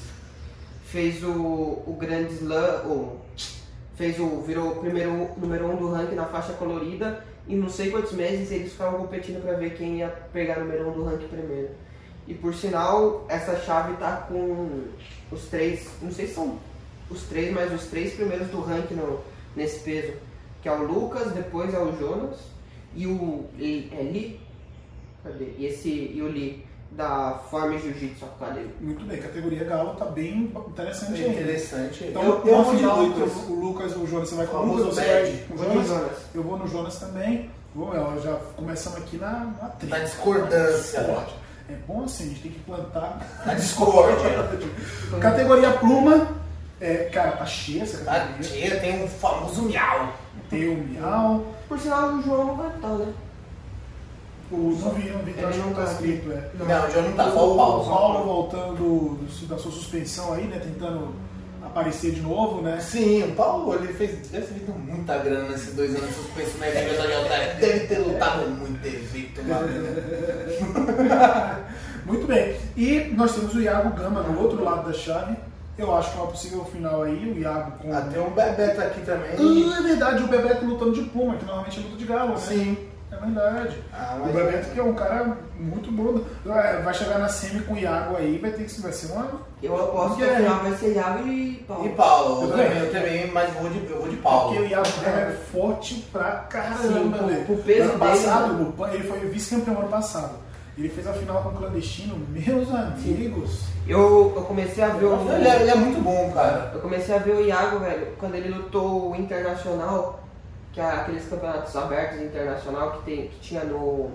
[SPEAKER 3] o Grand Slam, virou o primeiro número 1 do ranking na faixa colorida e não sei quantos meses eles ficavam competindo para ver quem ia pegar o número 1 do ranking primeiro. E por sinal, essa chave tá com os 3, não sei se são os 3, mas os 3 primeiros do ranking nesse peso, que é o Lucas, depois é o Jonas e o Lee, cadê? E o Lee da Forma Jiu-Jitsu, cadê?
[SPEAKER 1] Muito bem, categoria galo tá bem interessante
[SPEAKER 2] Bem
[SPEAKER 1] ainda.
[SPEAKER 2] interessante.
[SPEAKER 1] Então,
[SPEAKER 2] eu
[SPEAKER 1] no
[SPEAKER 2] vou de
[SPEAKER 1] final,
[SPEAKER 2] Lucas.
[SPEAKER 1] o Lucas e o Jonas, você vai com o
[SPEAKER 2] Famoso
[SPEAKER 1] Lucas, você
[SPEAKER 2] bad.
[SPEAKER 1] vai com o
[SPEAKER 3] Vou no
[SPEAKER 1] Jonas?
[SPEAKER 3] Jonas.
[SPEAKER 1] Eu vou no Jonas também. Já começamos aqui na trilha.
[SPEAKER 2] Na discordância.
[SPEAKER 1] Discórdia. É bom assim, a gente tem que plantar.
[SPEAKER 2] Na discórdia.
[SPEAKER 1] Categoria pluma. Cara, tá cheia essa
[SPEAKER 2] A
[SPEAKER 1] categoria.
[SPEAKER 2] tia tem um famoso miau.
[SPEAKER 1] Tem o Miau.
[SPEAKER 3] Por sinal, o João não vai estar, né?
[SPEAKER 1] Não vi, eu
[SPEAKER 3] Ele
[SPEAKER 1] acho que
[SPEAKER 3] não
[SPEAKER 1] não tá
[SPEAKER 3] tá
[SPEAKER 1] escrito.
[SPEAKER 2] Não, já não tá, só o
[SPEAKER 1] O
[SPEAKER 2] Paulo.
[SPEAKER 1] Paulo voltando da sua suspensão aí, né? Tentando aparecer de novo, né?
[SPEAKER 2] Sim, o Paulo ele deve ter feito muita grana nesses 2 anos de suspensão na FMJ. Deve ter lutado muito, ter feito uma grana.
[SPEAKER 1] Muito bem. E nós temos o Iago Gama no outro lado da chave. Eu acho que é uma possível final aí, o Iago com...
[SPEAKER 2] Tem um Bebeto aqui também.
[SPEAKER 1] É verdade, o Bebeto lutando de pluma, que normalmente é luta de galo, né?
[SPEAKER 2] Sim.
[SPEAKER 1] É verdade.
[SPEAKER 2] mas-
[SPEAKER 1] O Bebeto que é um cara muito bom. Vai chegar na semi com o Iago aí, vai ser uma...
[SPEAKER 3] Eu aposto que a final vai ser Iago e Paulo.
[SPEAKER 2] E Paulo,
[SPEAKER 1] Eu
[SPEAKER 2] eu também, mas eu vou de Paulo.
[SPEAKER 1] Porque o Iago Gama é forte pra caramba,
[SPEAKER 3] Sim,
[SPEAKER 1] velho.
[SPEAKER 3] pro peso
[SPEAKER 1] Ano
[SPEAKER 3] dele,
[SPEAKER 1] passado,
[SPEAKER 3] né?
[SPEAKER 1] ele foi vice-campeão ano passado. Ele fez a final com o Clandestino, meus amigos.
[SPEAKER 3] Eu comecei a ver
[SPEAKER 2] Ele é muito bom, cara.
[SPEAKER 3] Eu comecei a ver o Iago, velho, quando ele lutou o Internacional, que é aqueles campeonatos abertos internacional que tinha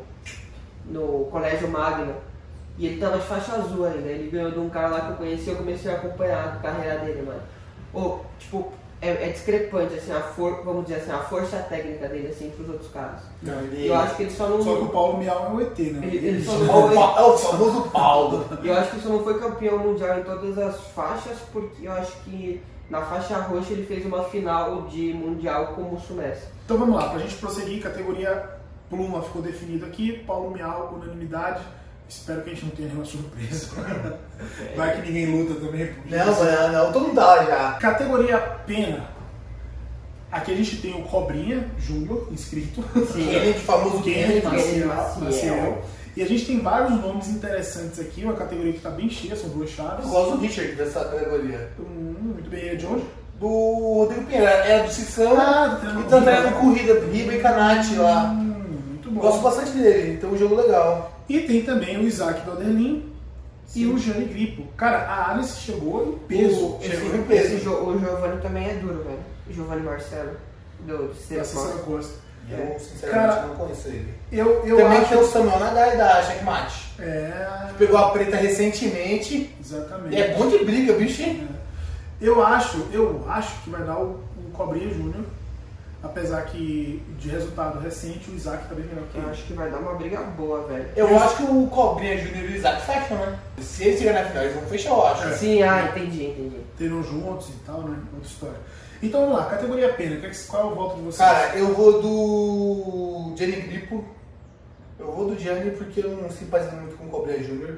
[SPEAKER 3] no Colégio Magna. E ele tava de faixa azul ainda. Ele ganhou de um cara lá que eu conheci, eu comecei a acompanhar a carreira dele, mano. É discrepante, assim, vamos dizer assim, a força técnica dele, assim, pros outros caras. Eu acho que ele só não...
[SPEAKER 1] Só que o Paulo Miau é o ET, né?
[SPEAKER 3] Ele só
[SPEAKER 2] É
[SPEAKER 3] não foi...
[SPEAKER 2] o famoso Paulo.
[SPEAKER 3] Eu acho que só não foi campeão mundial em todas as faixas, porque eu acho que na faixa roxa ele fez uma final de mundial com o Mussumessa.
[SPEAKER 1] Então vamos lá, pra gente prosseguir, categoria pluma ficou definido aqui, Paulo Miau, unanimidade. Espero que a gente não tenha nenhuma surpresa. Vai que ninguém luta também.
[SPEAKER 2] Não, todo mundo tá lá já.
[SPEAKER 1] Categoria pena. Aqui a gente tem o Cobrinha Júnior inscrito.
[SPEAKER 2] Kennedy, famoso
[SPEAKER 1] Kennedy
[SPEAKER 2] Kennedy.
[SPEAKER 1] Maciel. E a gente tem vários nomes interessantes aqui, uma categoria que está bem cheia, são 2 chaves.
[SPEAKER 2] Eu gosto do Richard dessa categoria.
[SPEAKER 1] Muito bem, ele é de onde?
[SPEAKER 2] Do Rodrigo Pinheiro, era do Cicão
[SPEAKER 1] tá
[SPEAKER 2] e também no Corrida, Riba e Canati lá.
[SPEAKER 1] Muito bom.
[SPEAKER 2] Gosto bastante dele, tem um jogo legal.
[SPEAKER 1] E tem também o Isaac do Adelin e o Jane Grippo. Cara, a Alice chegou em peso.
[SPEAKER 2] Chegou em peso.
[SPEAKER 3] O Giovanni também é duro, velho. O Giovanni Marcelo, do
[SPEAKER 1] Da
[SPEAKER 3] Cicero
[SPEAKER 1] Cícera Costa.
[SPEAKER 2] Eu, sinceramente,
[SPEAKER 1] Cara,
[SPEAKER 2] não conheço ele.
[SPEAKER 1] Eu
[SPEAKER 2] Também
[SPEAKER 1] acho...
[SPEAKER 2] tem o Samuel Nagai da Checkmate. Pegou a preta recentemente.
[SPEAKER 1] Exatamente.
[SPEAKER 2] E é bom de briga, bicho. Hein?
[SPEAKER 1] Eu acho que vai dar o Cobrinha Júnior. Apesar que de resultado recente o Isaac tá bem melhor que
[SPEAKER 3] Eu
[SPEAKER 1] ele.
[SPEAKER 3] acho que vai dar uma briga boa, velho.
[SPEAKER 2] Eu acho que o Cobrinha Júnior e o Isaac fecham, né? Se eles chegarem na final, eles vão fechar, eu acho.
[SPEAKER 3] Sim, entendi.
[SPEAKER 1] Terão juntos e tal, né? Outra história. Então vamos lá, categoria pena. Qual é o voto de vocês?
[SPEAKER 2] Cara, eu vou do Gianni Grippo. Eu vou do Gianni porque eu não simpatizo muito com o Cobrinha Júnior.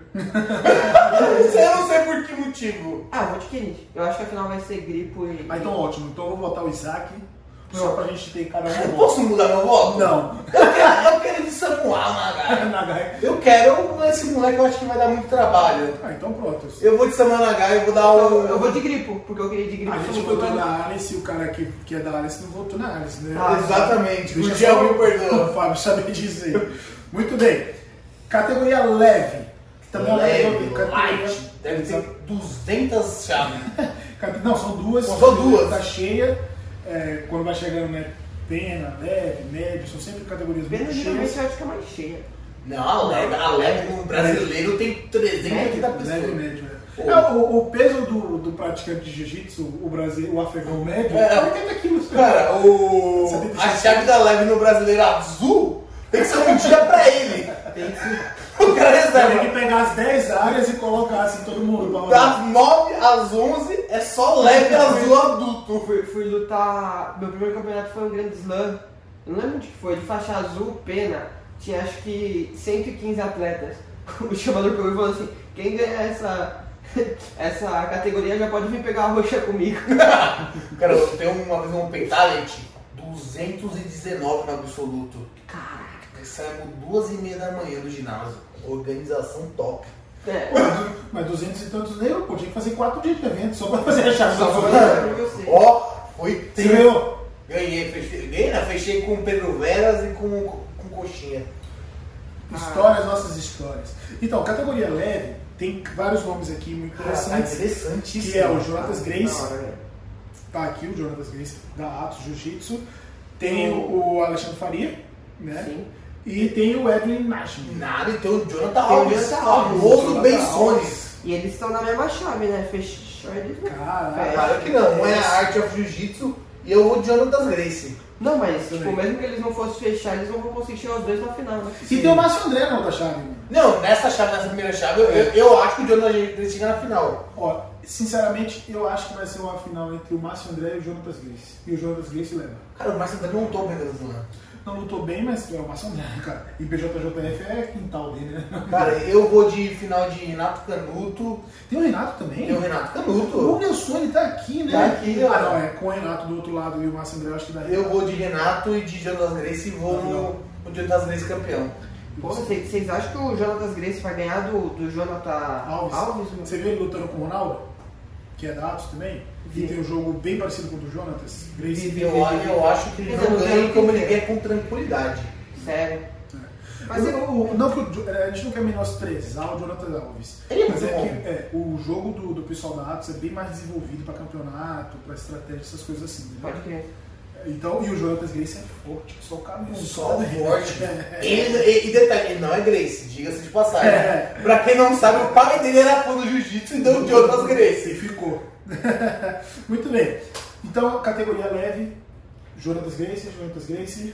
[SPEAKER 2] Eu não sei por que motivo.
[SPEAKER 3] Eu vou de Kennedy. Eu acho que a final vai ser Grippo e...
[SPEAKER 1] Então ótimo. Então eu vou votar o Isaac. Só pra gente ter cada um
[SPEAKER 2] Eu
[SPEAKER 1] voto.
[SPEAKER 2] posso mudar meu voto?
[SPEAKER 1] Não.
[SPEAKER 2] Eu quero de Samuel Nagai.
[SPEAKER 1] Nagai.
[SPEAKER 2] Eu quero esse moleque, eu acho que vai dar muito trabalho.
[SPEAKER 1] Ah, então pronto.
[SPEAKER 2] Eu vou de Samuel Nagai, eu vou dar um...
[SPEAKER 3] Eu vou de Gripo, porque eu queria de Gripo.
[SPEAKER 1] A gente votou na Alice e o cara que é da Alice não votou na Alice, né?
[SPEAKER 2] Exatamente, o
[SPEAKER 1] Deixa
[SPEAKER 2] Diabo
[SPEAKER 1] só
[SPEAKER 2] me perdoa.
[SPEAKER 1] o Fábio saber dizer. Muito bem. Categoria leve. Que também é uma
[SPEAKER 2] Leve,
[SPEAKER 1] categoria...
[SPEAKER 2] light, deve ter 200 chaves.
[SPEAKER 1] Não, são duas.
[SPEAKER 2] São duas.
[SPEAKER 1] Tá cheia. Quando vai chegando, né? Pena, leve, médio, são sempre categorias
[SPEAKER 3] Pena
[SPEAKER 1] muito
[SPEAKER 3] geralmente
[SPEAKER 1] cheias.
[SPEAKER 3] eu acho que é mais cheia.
[SPEAKER 2] Não, a leve no brasileiro tem 380
[SPEAKER 1] Leve e
[SPEAKER 2] pessoas.
[SPEAKER 1] médio,
[SPEAKER 2] Pô.
[SPEAKER 1] o peso do praticante de jiu-jitsu, o afegão médio,
[SPEAKER 2] É,
[SPEAKER 1] 80 quilos.
[SPEAKER 2] Cara, a chave da leve no brasileiro azul tem que ser um dia pra ele.
[SPEAKER 3] Tem que
[SPEAKER 2] O cara
[SPEAKER 1] Tem
[SPEAKER 2] reserva.
[SPEAKER 1] que pegar as 10 áreas e colocar assim todo mundo pra rodar.
[SPEAKER 2] Das 9 às 11 é só leve azul adulto.
[SPEAKER 3] fui lutar. Meu primeiro campeonato foi um grande slam. Eu não lembro onde que foi, de faixa azul, pena. Tinha acho que 115 atletas. O chamador pegou e falou assim: quem ganhar essa categoria já pode vir pegar a roxa comigo.
[SPEAKER 2] Cara, eu tenho uma vez um pentality 219 no absoluto.
[SPEAKER 3] Caraca.
[SPEAKER 2] Saímos 2h30 da manhã do ginásio. Organização top.
[SPEAKER 3] É.
[SPEAKER 1] Mas 200 e tantos euros, pô, tinha que fazer 4 dias de evento só pra fazer a chave
[SPEAKER 3] Só
[SPEAKER 1] da
[SPEAKER 3] pra
[SPEAKER 1] sua.
[SPEAKER 3] fazer pra você.
[SPEAKER 2] Ó, foi
[SPEAKER 1] Você ganhou?
[SPEAKER 2] Ganhei, fechei com Pedro Veras e com Coxinha.
[SPEAKER 1] Histórias, nossas histórias. Então, categoria leve, tem vários nomes aqui muito interessantes.
[SPEAKER 2] Interessantíssimo.
[SPEAKER 1] Que é o Jonatas Grace.
[SPEAKER 3] Da hora, né?
[SPEAKER 1] Tá aqui o Jonatas Grace da Atos Jiu-Jitsu. Tem o Alexandre Faria, né?
[SPEAKER 3] Sim.
[SPEAKER 1] E tem o Edwin Nashman.
[SPEAKER 2] Nada, e tem o Jonathan
[SPEAKER 3] Tem o
[SPEAKER 2] Alves,
[SPEAKER 3] Jonathan Alves.
[SPEAKER 2] famoso
[SPEAKER 1] Jonathan
[SPEAKER 2] Bensones.
[SPEAKER 3] E eles estão na mesma chave, né? Fechou eles.
[SPEAKER 1] Caraca.
[SPEAKER 2] Claro que não, um é a Art of Jiu-Jitsu e eu vou de Jonathan Grace.
[SPEAKER 3] Não, mas tipo,
[SPEAKER 1] Também.
[SPEAKER 3] mesmo que eles não fossem fechar, eles não vão conseguir chegar os dois na final, né?
[SPEAKER 1] E tem o Márcio André na outra chave, mano.
[SPEAKER 2] Não, nessa primeira chave, eu acho que o Jonathan Grace chega na final.
[SPEAKER 1] Ó, sinceramente, eu acho que vai ser uma final entre o Márcio André e o Jonatas Grace. E o Jonatas Grace leva.
[SPEAKER 2] Cara, o Márcio não tô bem lá.
[SPEAKER 1] Não lutou bem, mas é o Márcio André, cara. E BJJF é quintal dele, né?
[SPEAKER 2] Cara, eu vou de final de Renato Canuto.
[SPEAKER 1] Tem o Renato também?
[SPEAKER 2] Tem o Renato
[SPEAKER 1] O
[SPEAKER 2] Canuto.
[SPEAKER 1] Nelson, ele tá aqui, né?
[SPEAKER 2] Tá aqui, ó.
[SPEAKER 1] Ah, não, é com o Renato do outro lado e o Márcio André, eu acho que dá.
[SPEAKER 2] Eu vou de Renato e de Jonathan Grace e vou no Jonathan Grace campeão.
[SPEAKER 3] Pô, vocês acham que o Jonatas Grace vai ganhar do Jonathan Alves?
[SPEAKER 1] Você viu ele lutando com o Ronaldo? Que é da Atos também? E tem um jogo bem parecido com o do Jonatas. Grace.
[SPEAKER 2] Eu acho que ele não ganha como ele ganha com tranquilidade.
[SPEAKER 3] Sério. Mas
[SPEAKER 1] Não que a gente não quer menosprezar o Jonathan Alves.
[SPEAKER 2] Ele é
[SPEAKER 1] Mas
[SPEAKER 2] muito bom.
[SPEAKER 1] o jogo do pessoal da Atos é bem mais desenvolvido para campeonato, para estratégia, essas coisas assim. Né?
[SPEAKER 3] pode crer.
[SPEAKER 1] Então, e o Jonathan Grace é forte, só o cara
[SPEAKER 2] Só forte. E detalhe, ele não é Grace, diga-se de passagem. Pra quem não sabe, o pai dele era fã do jiu-jitsu e deu de outras
[SPEAKER 1] E
[SPEAKER 2] Grace.
[SPEAKER 1] ficou. Muito bem. Então, categoria leve, Jonatas Grace.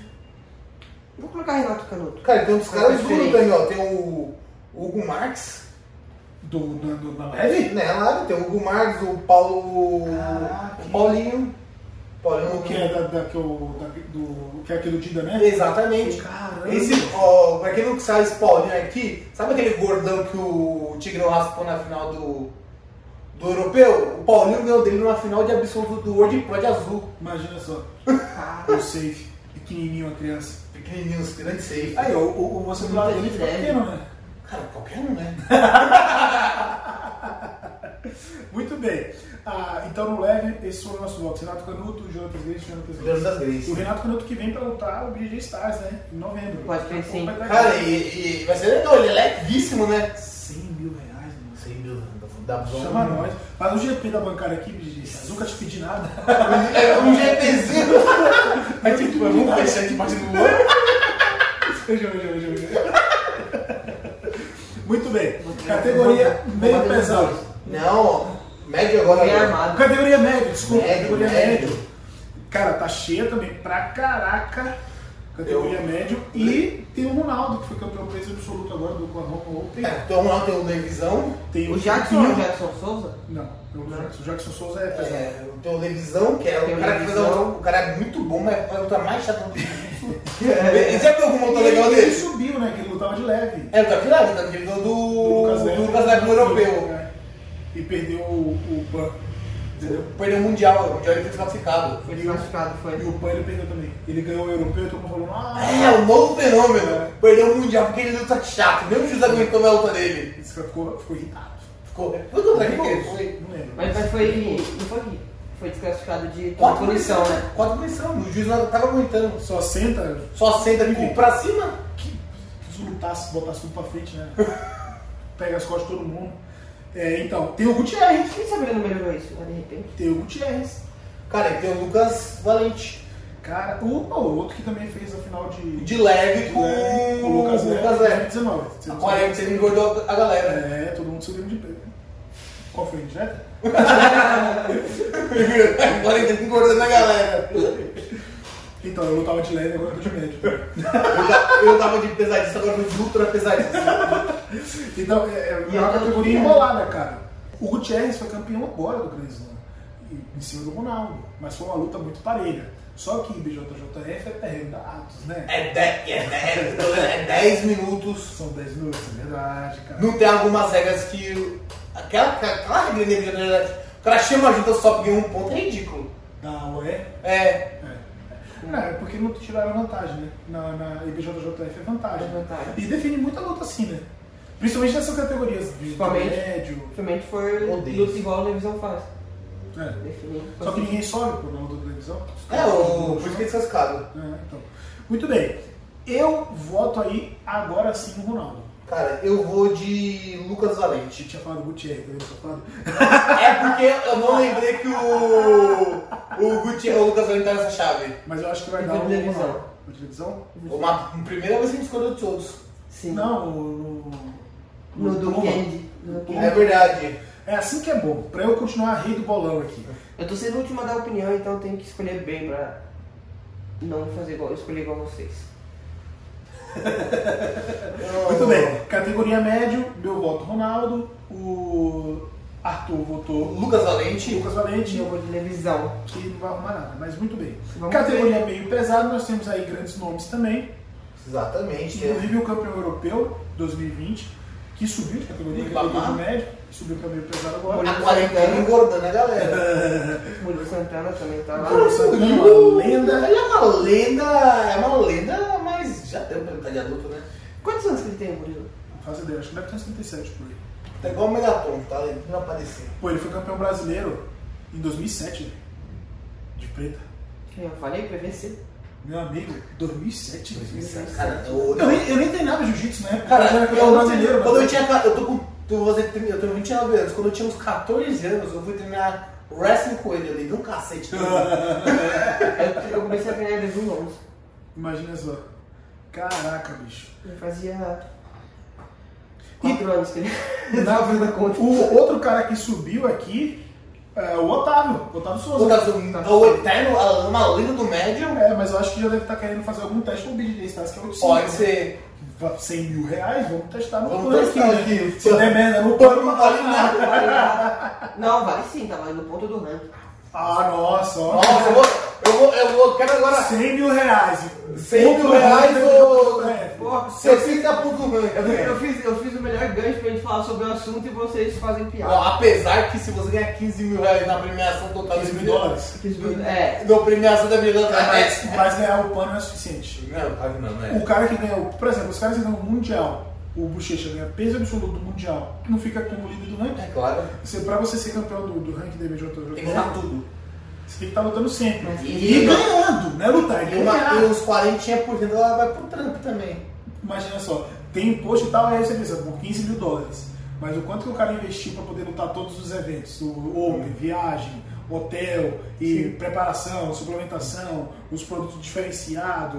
[SPEAKER 3] Vou colocar Renato Canuto.
[SPEAKER 2] Cara, tem uns caras
[SPEAKER 3] Diferente.
[SPEAKER 2] duros aí, ó. Tem o Hugo Marques.
[SPEAKER 1] Na leve?
[SPEAKER 2] Né, lá tem o Hugo Marques, o Paulo.
[SPEAKER 1] Caraca.
[SPEAKER 2] O Paulinho.
[SPEAKER 1] O que é que é aquele do Dida, né?
[SPEAKER 2] Exatamente.
[SPEAKER 1] Caramba.
[SPEAKER 2] Esse, ó, pra quem não sabe, esse Paulinho aqui, sabe aquele gordão que o Tigrão raspou na final do europeu? O Paulinho ganhou dele numa final de absoluto do World Pro de azul.
[SPEAKER 1] Imagina só. O safe, pequenininho a criança.
[SPEAKER 2] Pequenininho, grande safe.
[SPEAKER 1] Aí, você do lado dele fica pequeno, né?
[SPEAKER 2] Cara, qualquer um, né?
[SPEAKER 1] Muito bem. Então no leve, esse foi o nosso voto. Renato Canuto, Jonatas Grace.
[SPEAKER 2] Jonathan Grace.
[SPEAKER 1] O Renato Canuto que vem pra lutar o BJ Stars, né? Em novembro.
[SPEAKER 3] Pode crer,
[SPEAKER 1] Daqui a pouco
[SPEAKER 3] sim.
[SPEAKER 1] vai estar
[SPEAKER 2] Cara,
[SPEAKER 1] aqui.
[SPEAKER 2] e vai ser legal, ele é levíssimo, né?
[SPEAKER 1] 100 mil reais, mano.
[SPEAKER 2] 100 mil, dá bom.
[SPEAKER 1] Chama nós. Faz um GP da bancária aqui, BJ Stars. Nunca te pedi nada.
[SPEAKER 2] É um GPzinho.
[SPEAKER 1] Aí tipo, vamos fechar debaixo do olho. Muito bem. Categoria meio pesado.
[SPEAKER 2] Não, médio agora.
[SPEAKER 3] Bem armado.
[SPEAKER 1] Categoria médio, desculpa.
[SPEAKER 2] Médio,
[SPEAKER 1] Categoria
[SPEAKER 2] médio.
[SPEAKER 1] médio. Cara, tá cheia também pra caraca. Categoria médio. E tem o Ronaldo, que foi campeão peso absoluto agora do Oklahoma Open.
[SPEAKER 2] Então lá tem o Levisão.
[SPEAKER 1] Tem
[SPEAKER 3] O Jackson é o
[SPEAKER 1] Filipinho.
[SPEAKER 3] Jackson Souza?
[SPEAKER 1] Não, o Jackson Souza é pesado.
[SPEAKER 2] Tem o Levisão, que é
[SPEAKER 3] Tem
[SPEAKER 2] o
[SPEAKER 3] o
[SPEAKER 2] cara que faz
[SPEAKER 3] Levisão.
[SPEAKER 2] o cara é muito bom, mas faz a luta mais chata do jiu-jitsu. E já viu alguma luta legal
[SPEAKER 1] Ele
[SPEAKER 2] dele?
[SPEAKER 1] subiu, né? Que ele lutava de leve.
[SPEAKER 2] É, tá tirado, tá tirado do Lucas Neto no europeu.
[SPEAKER 1] É. E perdeu o PAN. Entendeu?
[SPEAKER 2] Perdeu o Mundial ele foi desclassificado.
[SPEAKER 3] Foi desclassificado,
[SPEAKER 1] E
[SPEAKER 3] foi.
[SPEAKER 1] o Pan ele perdeu também. Ele ganhou o europeu e todo mundo falou,
[SPEAKER 2] É, o novo fenômeno. Perdeu o Mundial porque ele luta chato. Nem o juiz aguentou na luta dele.
[SPEAKER 1] Esse cara ficou irritado.
[SPEAKER 2] Foi contra quem que ele foi?
[SPEAKER 1] Não lembro.
[SPEAKER 3] Mas foi. Não foi. Foi desclassificado de tomar punição, né?
[SPEAKER 2] 4 punição. O juiz não tava aguentando.
[SPEAKER 1] Só senta,
[SPEAKER 2] Só senta ali pra cima.
[SPEAKER 1] que lutasse, botasse tudo pra frente, né? Pega as costas de todo mundo. Então, tem o Gutierrez.
[SPEAKER 3] Quem sabe ele não melhorou isso, né, de repente?
[SPEAKER 1] Tem o Gutierrez.
[SPEAKER 2] Cara, e tem o Lucas Valente.
[SPEAKER 1] Cara, o outro que também fez a final
[SPEAKER 2] De leve com
[SPEAKER 1] o Lucas Leve.
[SPEAKER 2] 2019. A 40 ele engordou a galera.
[SPEAKER 1] Todo mundo subiu de peso. Qual foi, dieta?
[SPEAKER 2] 40 ele engordando a galera.
[SPEAKER 1] Então, eu lutava de leve, agora eu tô de médio.
[SPEAKER 2] Eu tava de pesadíssimo, agora eu tô de ultra pesadíssimo.
[SPEAKER 1] Então, é uma categoria embolada, cara. O Gutierrez foi campeão agora do Grand Slam, em cima do Ronaldo, mas foi uma luta muito parelha. Só que BJJF é terreno da Atos, né?
[SPEAKER 2] É 10 minutos.
[SPEAKER 1] São 10 minutos, é verdade, cara.
[SPEAKER 2] Não tem algumas regras que. Aquela regra de BJJF, o cara chama a junta só porque um ponto é ridículo.
[SPEAKER 1] Da UE?
[SPEAKER 2] É.
[SPEAKER 1] É porque não tiraram vantagem, né? Na IBJJF é vantagem.
[SPEAKER 3] É vantagem.
[SPEAKER 1] E define muita luta assim, né? Principalmente nessas categorias de
[SPEAKER 3] Principalmente.
[SPEAKER 1] médio.
[SPEAKER 3] Principalmente for
[SPEAKER 2] Odeio
[SPEAKER 3] luta
[SPEAKER 2] isso.
[SPEAKER 3] igual a televisão faz.
[SPEAKER 1] É.
[SPEAKER 3] Definir.
[SPEAKER 1] Só que ninguém sobe pô, na luta da televisão.
[SPEAKER 2] Por isso que é descascado.
[SPEAKER 1] Então. Muito bem. Eu voto aí agora sim no Ronaldo.
[SPEAKER 2] Cara, eu vou de Lucas
[SPEAKER 1] A
[SPEAKER 2] Valente.
[SPEAKER 1] gente tinha falado do Gutierrez, eu tinha falado.
[SPEAKER 2] É porque eu não lembrei que o Lucas Valente tá nessa chave.
[SPEAKER 1] Mas eu acho que vai
[SPEAKER 3] E
[SPEAKER 1] dar
[SPEAKER 3] foi
[SPEAKER 1] o
[SPEAKER 3] televisão.
[SPEAKER 1] Ronaldo. Na televisão?
[SPEAKER 2] Uma primeira vez que a gente escolheu de todos.
[SPEAKER 3] Sim.
[SPEAKER 1] Não,
[SPEAKER 3] No do
[SPEAKER 1] Toma.
[SPEAKER 3] Kennedy. No Kennedy.
[SPEAKER 2] É verdade.
[SPEAKER 1] É assim que é bom, pra eu continuar rei do bolão aqui.
[SPEAKER 3] Eu tô sendo o último a dar opinião, então eu tenho que escolher bem pra não fazer igual, escolher igual vocês.
[SPEAKER 1] Muito bem, categoria médio, meu voto Ronaldo, o Arthur votou
[SPEAKER 2] Lucas Valente.
[SPEAKER 1] Lucas Valente,
[SPEAKER 3] E eu vou de televisão.
[SPEAKER 1] que não vai arrumar nada, mas muito bem.
[SPEAKER 3] Vamos
[SPEAKER 1] Categoria meio pesado, nós temos aí grandes nomes também,
[SPEAKER 2] Exatamente.
[SPEAKER 1] inclusive o campeão europeu 2020, que subiu de categoria, categoria de médio, subiu para meio pesado agora.
[SPEAKER 2] A quarentena engordando a galera.
[SPEAKER 3] Murilo Santana também tá lá.
[SPEAKER 1] Murilo Santana é uma lenda.
[SPEAKER 2] Ele é uma lenda, mas já tem um de adulto, né?
[SPEAKER 3] Quantos anos que ele tem, Murilo?
[SPEAKER 1] Não faço ideia, acho que deve ter uns 37 por aí.
[SPEAKER 2] Tá igual o Megaton, tá? Ele não aparecer.
[SPEAKER 1] Pô, ele foi campeão brasileiro em 2007, de preta.
[SPEAKER 3] Eu falei, PVC.
[SPEAKER 1] Meu amigo, 2007.
[SPEAKER 2] Cara,
[SPEAKER 1] Eu nem treinava jiu-jitsu na época,
[SPEAKER 2] Cara,
[SPEAKER 1] eu era campeão brasileiro.
[SPEAKER 2] quando
[SPEAKER 1] mas-
[SPEAKER 2] eu tinha. Eu tenho 29 anos. Quando eu tinha uns 14 anos, eu fui treinar wrestling com ele. Eu levei um cacete.
[SPEAKER 3] Eu comecei a treinar em 2011.
[SPEAKER 1] Imagina só. Caraca, bicho.
[SPEAKER 3] Eu fazia 4 anos que ele tava fazendo a conta.
[SPEAKER 1] O outro cara que subiu aqui é o Otávio Souza.
[SPEAKER 2] O Eterno, uma lenda do médio.
[SPEAKER 1] Mas eu acho que já deve estar querendo fazer algum teste com o BJJ Stars, que é o de
[SPEAKER 2] Pode
[SPEAKER 1] 5,
[SPEAKER 2] ser.
[SPEAKER 1] 100 mil reais, vamos testar no
[SPEAKER 2] Vamos
[SPEAKER 1] plano
[SPEAKER 2] testar
[SPEAKER 1] né?
[SPEAKER 2] aqui.
[SPEAKER 1] Se der merda no plano, não vale nada.
[SPEAKER 3] Não vale nada. Não, vale sim, tá valendo o ponto do ranking.
[SPEAKER 1] Ah, nossa, ó.
[SPEAKER 2] Nossa, quero agora
[SPEAKER 1] 100 mil reais.
[SPEAKER 2] 100 mil reais ou
[SPEAKER 3] Porra,
[SPEAKER 2] 60 pontos do ranking.
[SPEAKER 3] eu fiz o melhor gancho pra gente falar sobre o assunto e vocês fazem piada.
[SPEAKER 2] Ó, apesar que se você ganhar 15 mil reais na premiação total
[SPEAKER 1] 15 mil dólares.
[SPEAKER 2] na premiação da Milão,
[SPEAKER 1] Mas ganhar o plano não é suficiente.
[SPEAKER 2] Não, claro que não, né?
[SPEAKER 1] O cara que ganhou, por exemplo, os caras que ganham o Mundial, o Bochecha ganha peso absoluto do Mundial, não fica como líder do ranking.
[SPEAKER 2] É claro.
[SPEAKER 1] Pra você ser campeão do ranking da IBJJF,
[SPEAKER 2] Tem que ganhar tudo.
[SPEAKER 1] você tem que estar lutando sempre.
[SPEAKER 2] E-
[SPEAKER 1] E ganhando, né, lutar? E ganhar.
[SPEAKER 2] E uns 40% ela vai pro Trump também.
[SPEAKER 1] Imagina só, tem imposto e tal, aí você pensa, por 15 mil dólares. Mas o quanto que o cara investiu para poder lutar todos os eventos? O Open, viagem, hotel e preparação, suplementação, os produtos diferenciados.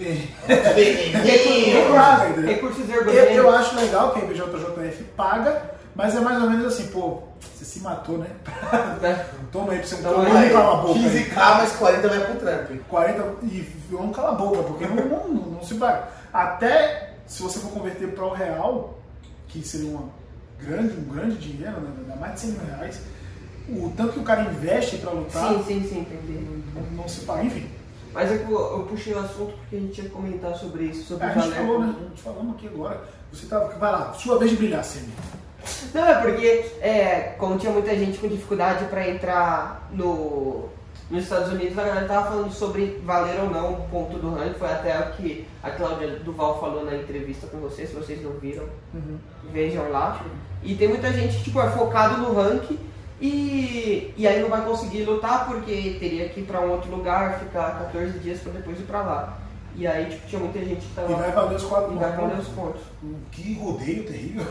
[SPEAKER 3] Recursos
[SPEAKER 1] Eu
[SPEAKER 3] ergonômicos.
[SPEAKER 1] acho legal que a IBJJF paga, mas é mais ou menos assim, pô, você se matou, né? Toma aí pra você
[SPEAKER 3] Toma
[SPEAKER 1] não
[SPEAKER 3] aí.
[SPEAKER 1] cala a boca.
[SPEAKER 2] 15k mais 40 vai pro Trump.
[SPEAKER 1] 40 e vamos calar a boca, porque não se paga. Até se você for converter para o real, que seria um grande dinheiro, né? Dá mais de 100 mil reais, o tanto que o cara investe para lutar
[SPEAKER 3] Sim, entendi.
[SPEAKER 1] não se paga. Enfim,
[SPEAKER 3] Mas é que eu puxei o assunto porque a gente ia comentar sobre isso, sobre
[SPEAKER 1] a
[SPEAKER 3] o
[SPEAKER 1] gente
[SPEAKER 3] Jaleco.
[SPEAKER 1] falou, né? A gente falando aqui agora. Você tá, vai lá, sua vez de brilhar, Semi.
[SPEAKER 3] Não, é porque como tinha muita gente com dificuldade pra entrar nos Estados Unidos, a galera tava falando sobre valer ou não o ponto do ranking. Foi até o que a Cláudia Duval falou na entrevista com vocês, se vocês não viram, vejam lá. E tem muita gente que é focado no ranking e aí não vai conseguir lutar porque teria que ir pra um outro lugar, ficar 14 dias pra depois ir pra lá. E aí, tinha muita gente que tava...
[SPEAKER 1] E vai valer os 4 pontos.
[SPEAKER 3] E vai valer os pontos.
[SPEAKER 1] Que rodeio terrível.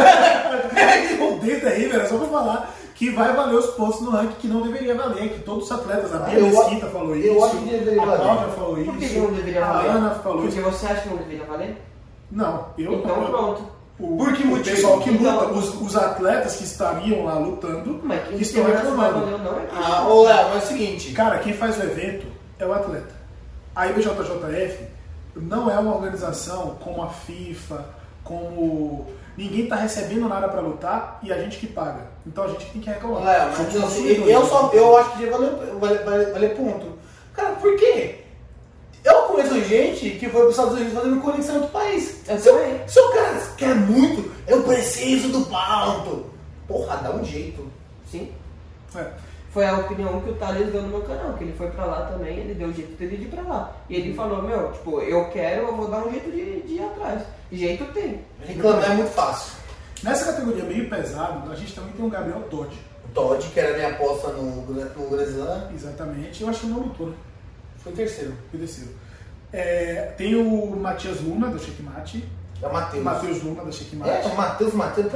[SPEAKER 1] Que rodeio terrível, era só pra falar que vai valer os pontos no ranking que não deveria valer, que todos os atletas, a Bia Mesquita falou isso,
[SPEAKER 2] eu acho que deveria
[SPEAKER 1] a
[SPEAKER 2] valer.
[SPEAKER 1] Cláudia falou isso,
[SPEAKER 3] Por que não deveria
[SPEAKER 1] a
[SPEAKER 3] valer?
[SPEAKER 1] Ana falou
[SPEAKER 3] Porque
[SPEAKER 1] isso.
[SPEAKER 3] você acha que não deveria valer?
[SPEAKER 1] Não,
[SPEAKER 3] Então pronto.
[SPEAKER 2] Por que
[SPEAKER 1] o
[SPEAKER 2] motivo?
[SPEAKER 1] pessoal que luta,
[SPEAKER 3] Então-
[SPEAKER 1] os atletas que estariam lá lutando,
[SPEAKER 3] Mas
[SPEAKER 1] que
[SPEAKER 3] quem
[SPEAKER 1] estão
[SPEAKER 3] tem razão vai
[SPEAKER 1] reclamando.
[SPEAKER 3] valer ou não é quem
[SPEAKER 2] Ah, ô Léo, mas é o seguinte.
[SPEAKER 1] Cara, quem faz o evento é o atleta. A IBJJF não é uma organização como a FIFA, como... Ninguém tá recebendo nada pra lutar e a gente que paga. Então a gente tem que reclamar.
[SPEAKER 2] Léo, mas
[SPEAKER 1] Somos
[SPEAKER 2] assim,
[SPEAKER 1] consumidores.
[SPEAKER 2] eu acho que devia valer ponto. Cara, por quê? Eu conheço gente que foi para os Estados Unidos fazendo conexão em outro país.
[SPEAKER 3] Eu
[SPEAKER 2] Se
[SPEAKER 3] também.
[SPEAKER 2] o cara quer muito, eu preciso do ponto. Porra, dá um jeito.
[SPEAKER 3] Sim.
[SPEAKER 1] É.
[SPEAKER 3] Foi a opinião que o Thales deu no meu canal, que ele foi pra lá também, ele deu o jeito dele de ir pra lá. E ele falou, eu quero, eu vou dar um jeito de ir atrás. Jeito tem.
[SPEAKER 2] Reclamar é muito fácil.
[SPEAKER 1] Nessa categoria meio pesado, a gente também tem o Gabriel Todd.
[SPEAKER 2] O Todd, que era minha aposta no Brasil,
[SPEAKER 1] Exatamente. Eu acho que não lutou, né?
[SPEAKER 2] foi terceiro.
[SPEAKER 1] Foi terceiro. Tem o Matias Luna, da Checkmate.
[SPEAKER 2] É o Matheus.
[SPEAKER 1] Matheus Luna, da Checkmate.
[SPEAKER 2] É, o Matheus.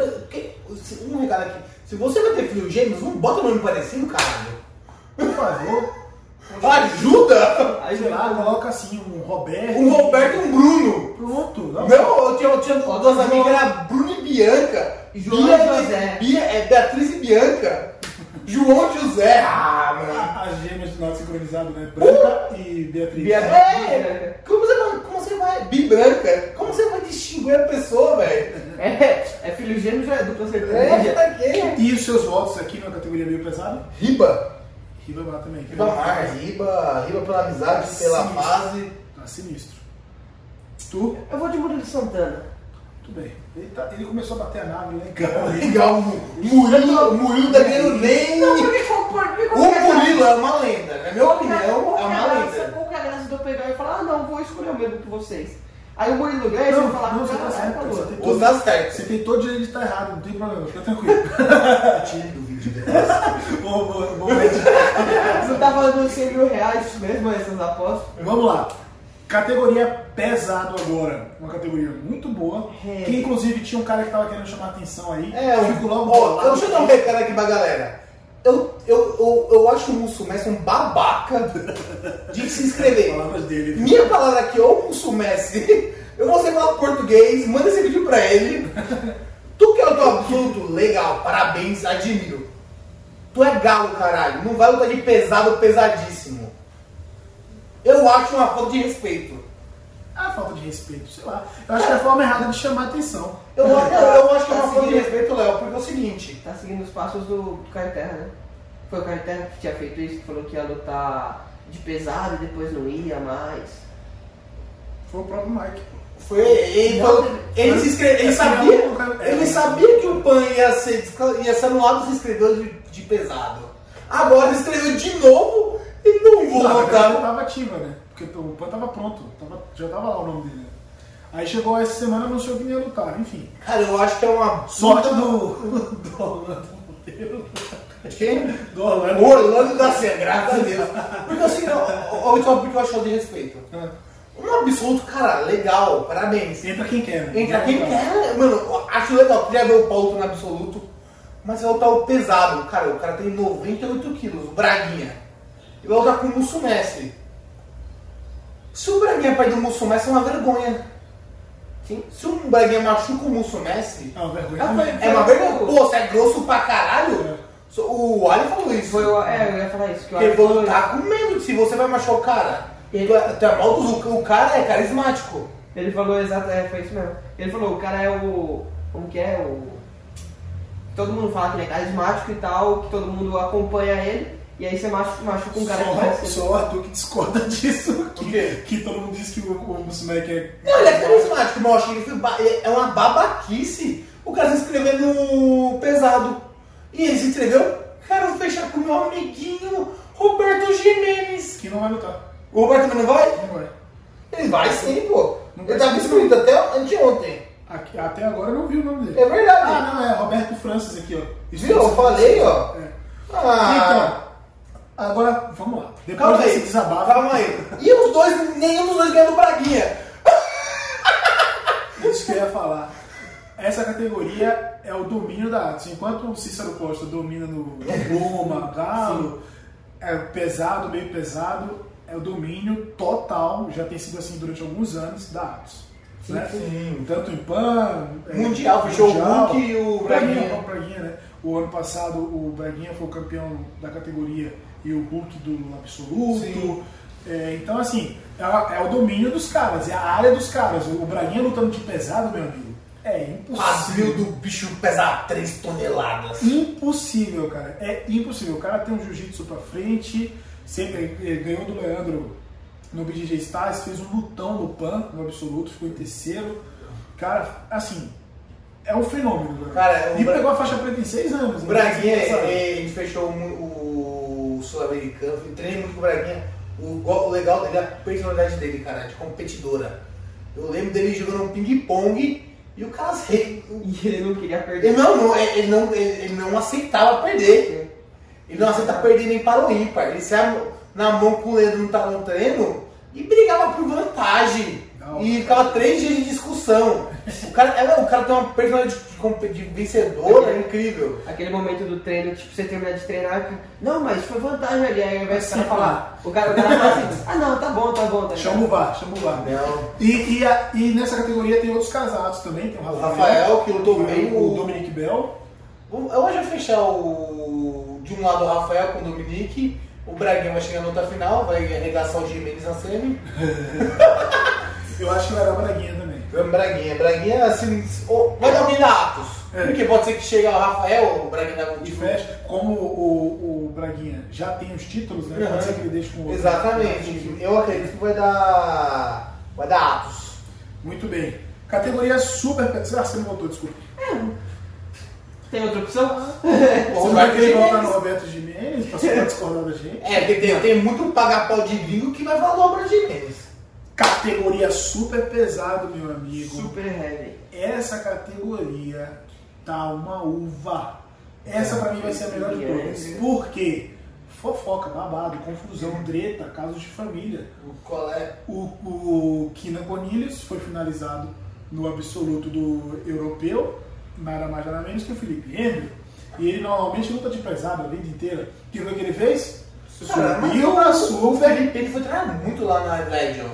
[SPEAKER 2] Um recado aqui. Se você vai ter filho gêmeos, não bota nome parecido, caralho.
[SPEAKER 1] Por favor,
[SPEAKER 2] Ajuda!
[SPEAKER 3] Aí
[SPEAKER 1] sei lá, coloca assim um Roberto.
[SPEAKER 2] Um Roberto e um Bruno.
[SPEAKER 1] Pronto. Não.
[SPEAKER 2] Não, eu tinha duas amigas que eram Bruno e Bianca.
[SPEAKER 3] João e José.
[SPEAKER 2] Beatriz e Bianca. João e José. Ah, mano.
[SPEAKER 1] As gêmeas do nosso sincronizado, né? Branca e Beatriz.
[SPEAKER 2] Como você vai... Bibranca. Como você vai distinguir a pessoa, velho?
[SPEAKER 3] É filho gêmeo, já é dupla sertaneja.
[SPEAKER 2] Pra quê?
[SPEAKER 1] E os seus votos aqui na categoria meio pesado?
[SPEAKER 2] Riba.
[SPEAKER 1] Riba lá também.
[SPEAKER 2] Riba mais. Riba pela amizade, pela
[SPEAKER 1] Sinistro.
[SPEAKER 2] fase.
[SPEAKER 1] Tá sinistro. Tu?
[SPEAKER 3] Eu vou de Murilo Santana.
[SPEAKER 1] Tudo bem. Ele começou a bater a nave, legal.
[SPEAKER 2] Legal. O Murilo tá ganhando nem... O Murilo é uma lenda. Na minha opinião, é uma lenda.
[SPEAKER 3] Qual que é a graça de eu pegar e falar, não, vou escolher o mesmo que vocês. Aí o Murilo ganha e você vai falar,
[SPEAKER 1] Não, você tá certo.
[SPEAKER 3] falou.
[SPEAKER 1] Você tem
[SPEAKER 2] Ou
[SPEAKER 1] todo-
[SPEAKER 2] tá certo.
[SPEAKER 1] Você tem todo o direito de estar errado, não tem problema, fica tranquilo.
[SPEAKER 2] Tire do vídeo depois.
[SPEAKER 3] Você tá falando 100 mil reais mesmo, essas apostas?
[SPEAKER 1] Vamos lá. Categoria pesado agora. Uma categoria muito boa.
[SPEAKER 3] É.
[SPEAKER 1] Que inclusive tinha um cara que tava querendo chamar a atenção aí.
[SPEAKER 2] É,
[SPEAKER 1] Fico logo
[SPEAKER 2] ó,
[SPEAKER 1] bolado.
[SPEAKER 2] deixa eu dar um recado aqui pra galera. Eu acho o Mussumessi um babaca de se inscrever.
[SPEAKER 1] Palavras dele.
[SPEAKER 2] Minha palavra aqui, ô Mussumessi, eu vou você falar português, manda esse vídeo pra ele. Tu que é o teu absoluto, legal, parabéns, admiro. Tu é galo, caralho, não vai lutar de pesado, pesadíssimo. Eu acho uma falta de respeito.
[SPEAKER 1] Ah, falta de respeito, sei lá. Eu acho que é a forma errada de chamar a atenção.
[SPEAKER 2] Eu acho que é
[SPEAKER 3] Tá
[SPEAKER 2] uma falta de
[SPEAKER 3] seguindo.
[SPEAKER 2] respeito, Léo, porque é o seguinte.
[SPEAKER 3] Tá seguindo os passos do Caio Terra, né? Foi o Caio Terra que tinha feito isso, que falou que ia lutar de pesado e depois não ia mais.
[SPEAKER 1] Foi o próprio Mike.
[SPEAKER 2] Foi, ele se inscreveu, ele sabia que o PAN ia ser anulado, se inscreveu de pesado. Agora ele escreveu de novo e não vou
[SPEAKER 1] Não,
[SPEAKER 2] lutar.
[SPEAKER 1] ele tava ativa, né? Porque o PAN tava pronto. Já tava lá o nome dele. Aí chegou essa semana e anunciou que não ia lutar. Enfim.
[SPEAKER 2] Cara, eu acho que é uma
[SPEAKER 1] Sorte do Orlando Monteiro.
[SPEAKER 2] Quem?
[SPEAKER 1] Do Orlando.
[SPEAKER 2] O Orlando da Cena, graças a Deus. Porque assim, porque eu acho falta de respeito. Um absoluto, cara, legal, parabéns.
[SPEAKER 1] Entra quem quer, né?
[SPEAKER 2] Entra quem quer, mano, eu acho legal, queria ver o Paulo no absoluto, mas vai lutar o pesado, cara, o cara tem 98 quilos, o Braguinha. Ele vai lutar com o Mussumessi. Se o Braguinha pai do Mussumessi é uma vergonha.
[SPEAKER 3] Sim.
[SPEAKER 2] Se o Braguinha machuca o Mussumessi,
[SPEAKER 1] É uma vergonha.
[SPEAKER 3] Ah,
[SPEAKER 1] também.
[SPEAKER 2] é uma vergonha. Pô, você é grosso pra caralho? O Ali falou isso.
[SPEAKER 3] Eu ia falar isso. Que eu
[SPEAKER 2] Ele
[SPEAKER 3] acho
[SPEAKER 2] vai
[SPEAKER 3] que foi-
[SPEAKER 2] lutar com medo, se você vai machucar o cara.
[SPEAKER 3] Ele-
[SPEAKER 2] Tu é maldoso, o cara é carismático.
[SPEAKER 3] Ele falou exato, foi isso mesmo. Ele falou, o cara é o. Como que é? Todo mundo fala que ele é carismático e tal, que todo mundo acompanha ele, e aí você machuca um cara que parece.
[SPEAKER 1] Só o Arthur que discorda disso.
[SPEAKER 2] O quê?
[SPEAKER 1] Que todo mundo diz que o Musumek é.
[SPEAKER 2] Não, ele é carismático, mas eu acho que é uma babaquice o cara se inscrever no pesado. E ele se inscreveu, quero fechar com o meu amiguinho Roberto Jimenez.
[SPEAKER 1] Que não vai lutar.
[SPEAKER 2] O Roberto também não vai?
[SPEAKER 1] Não vai.
[SPEAKER 2] Ele vai sim, pô.
[SPEAKER 1] Não
[SPEAKER 2] Ele
[SPEAKER 1] vai
[SPEAKER 2] tava
[SPEAKER 1] sim.
[SPEAKER 2] inscrito até anteontem.
[SPEAKER 1] Até agora eu não vi o nome dele.
[SPEAKER 2] É verdade.
[SPEAKER 1] Ah, não, é Roberto Francis aqui, ó. Isso
[SPEAKER 2] Viu? Eu falei, ó.
[SPEAKER 1] É.
[SPEAKER 2] Ah,
[SPEAKER 1] Então, agora, vamos lá. Depois
[SPEAKER 2] calma
[SPEAKER 1] desse
[SPEAKER 2] aí.
[SPEAKER 1] desabafo.
[SPEAKER 2] Calma aí. E os dois, nenhum dos dois ganhou do Braguinha.
[SPEAKER 1] Isso que eu ia falar. Essa categoria é o domínio da arte. Enquanto o Cícero Costa domina no Loma, Galo, é pesado, meio pesado, é o domínio total, já tem sido assim durante alguns anos, da Atos. Né?
[SPEAKER 2] sim.
[SPEAKER 1] Tanto em PAN,
[SPEAKER 2] Mundial, fechou o Hulk e o Braguinha.
[SPEAKER 1] O Braguinha, né? O ano passado o Braguinha foi o campeão da categoria e o Hulk do absoluto.
[SPEAKER 2] Sim.
[SPEAKER 1] Então, assim, é o domínio dos caras, é a área dos caras. O Braguinha lutando de pesado, meu amigo, é
[SPEAKER 2] Quadril
[SPEAKER 1] impossível.
[SPEAKER 2] do bicho pesa 3 toneladas.
[SPEAKER 1] Impossível, cara. É impossível. O cara tem um jiu-jitsu pra frente, sempre ganhou do Leandro no BJJ Stars, fez um lutão no PAN, no absoluto, ficou em terceiro. Cara, assim, é um fenômeno. Né?
[SPEAKER 2] Cara,
[SPEAKER 1] e pegou a faixa preta em 6 anos.
[SPEAKER 2] O Braguinha,
[SPEAKER 1] né?
[SPEAKER 2] a gente fechou o Sul-Americano, treinei muito com o Braguinha. O legal dele é a personalidade dele, cara, de competidora. Eu lembro dele jogando um ping-pong e o cara...
[SPEAKER 3] E ele não queria perder.
[SPEAKER 2] Ele não aceitava perder. Ele não aceitava perder nem para o ímpar. Ele saia na mão com o Leandro no treino e brigava por vantagem.
[SPEAKER 1] Não.
[SPEAKER 2] E ficava 3 dias de discussão. O cara tem uma personalidade de vencedora incrível.
[SPEAKER 3] Aquele momento do treino, tipo, você terminar de treinar, não, mas foi vantagem ali, aí ao invés de o cara falar, o cara fala assim, ah não, tá bom, tá
[SPEAKER 1] Chama o VAR, chama o VAR.
[SPEAKER 2] Não.
[SPEAKER 1] E nessa categoria tem outros casados também. Tem
[SPEAKER 2] O Rafael, que lutou bem.
[SPEAKER 1] O Dominic Bell.
[SPEAKER 2] Hoje vai fechar de um lado o Rafael com o Dominique, o Braguinha vai chegar na outra final, vai arregaçar o Jimenez na semi.
[SPEAKER 1] Eu acho que vai dar Braguinha também.
[SPEAKER 2] Braguinha assim, vai dar alguém da Atos.
[SPEAKER 1] É.
[SPEAKER 2] Porque pode ser que chegue o Rafael, o Braguinha dá um
[SPEAKER 1] E
[SPEAKER 2] título.
[SPEAKER 1] fecha, como o Braguinha já tem os títulos, né?
[SPEAKER 2] Uhum.
[SPEAKER 1] Pode ser que ele deixe com o outro.
[SPEAKER 2] Exatamente. Eu acredito que vai dar Atos.
[SPEAKER 1] Muito bem. Categoria super pesada. Ah, você não voltou, desculpa.
[SPEAKER 3] Tem outra opção?
[SPEAKER 1] Você vai querer voltar no Roberto Jimenez pra você discordar da gente?
[SPEAKER 2] É, porque tem muito paga-pau de gringo que vai falar do Obra Jimenez.
[SPEAKER 1] Categoria super pesado, meu amigo.
[SPEAKER 3] Super heavy.
[SPEAKER 1] Essa categoria tá uma uva. Essa pra mim vai ser a melhor de todas. Por quê? Fofoca, babado, confusão, treta, casos de família.
[SPEAKER 2] Qual é?
[SPEAKER 1] O Kina Cornelius foi finalizado no absoluto do europeu, nada mais nada menos que o Felipe Henry. E ele normalmente luta de pesado a vida inteira. O que foi que ele fez? Subiu na
[SPEAKER 2] O
[SPEAKER 1] super.
[SPEAKER 2] Felipe ele foi treinar muito lá na Legion.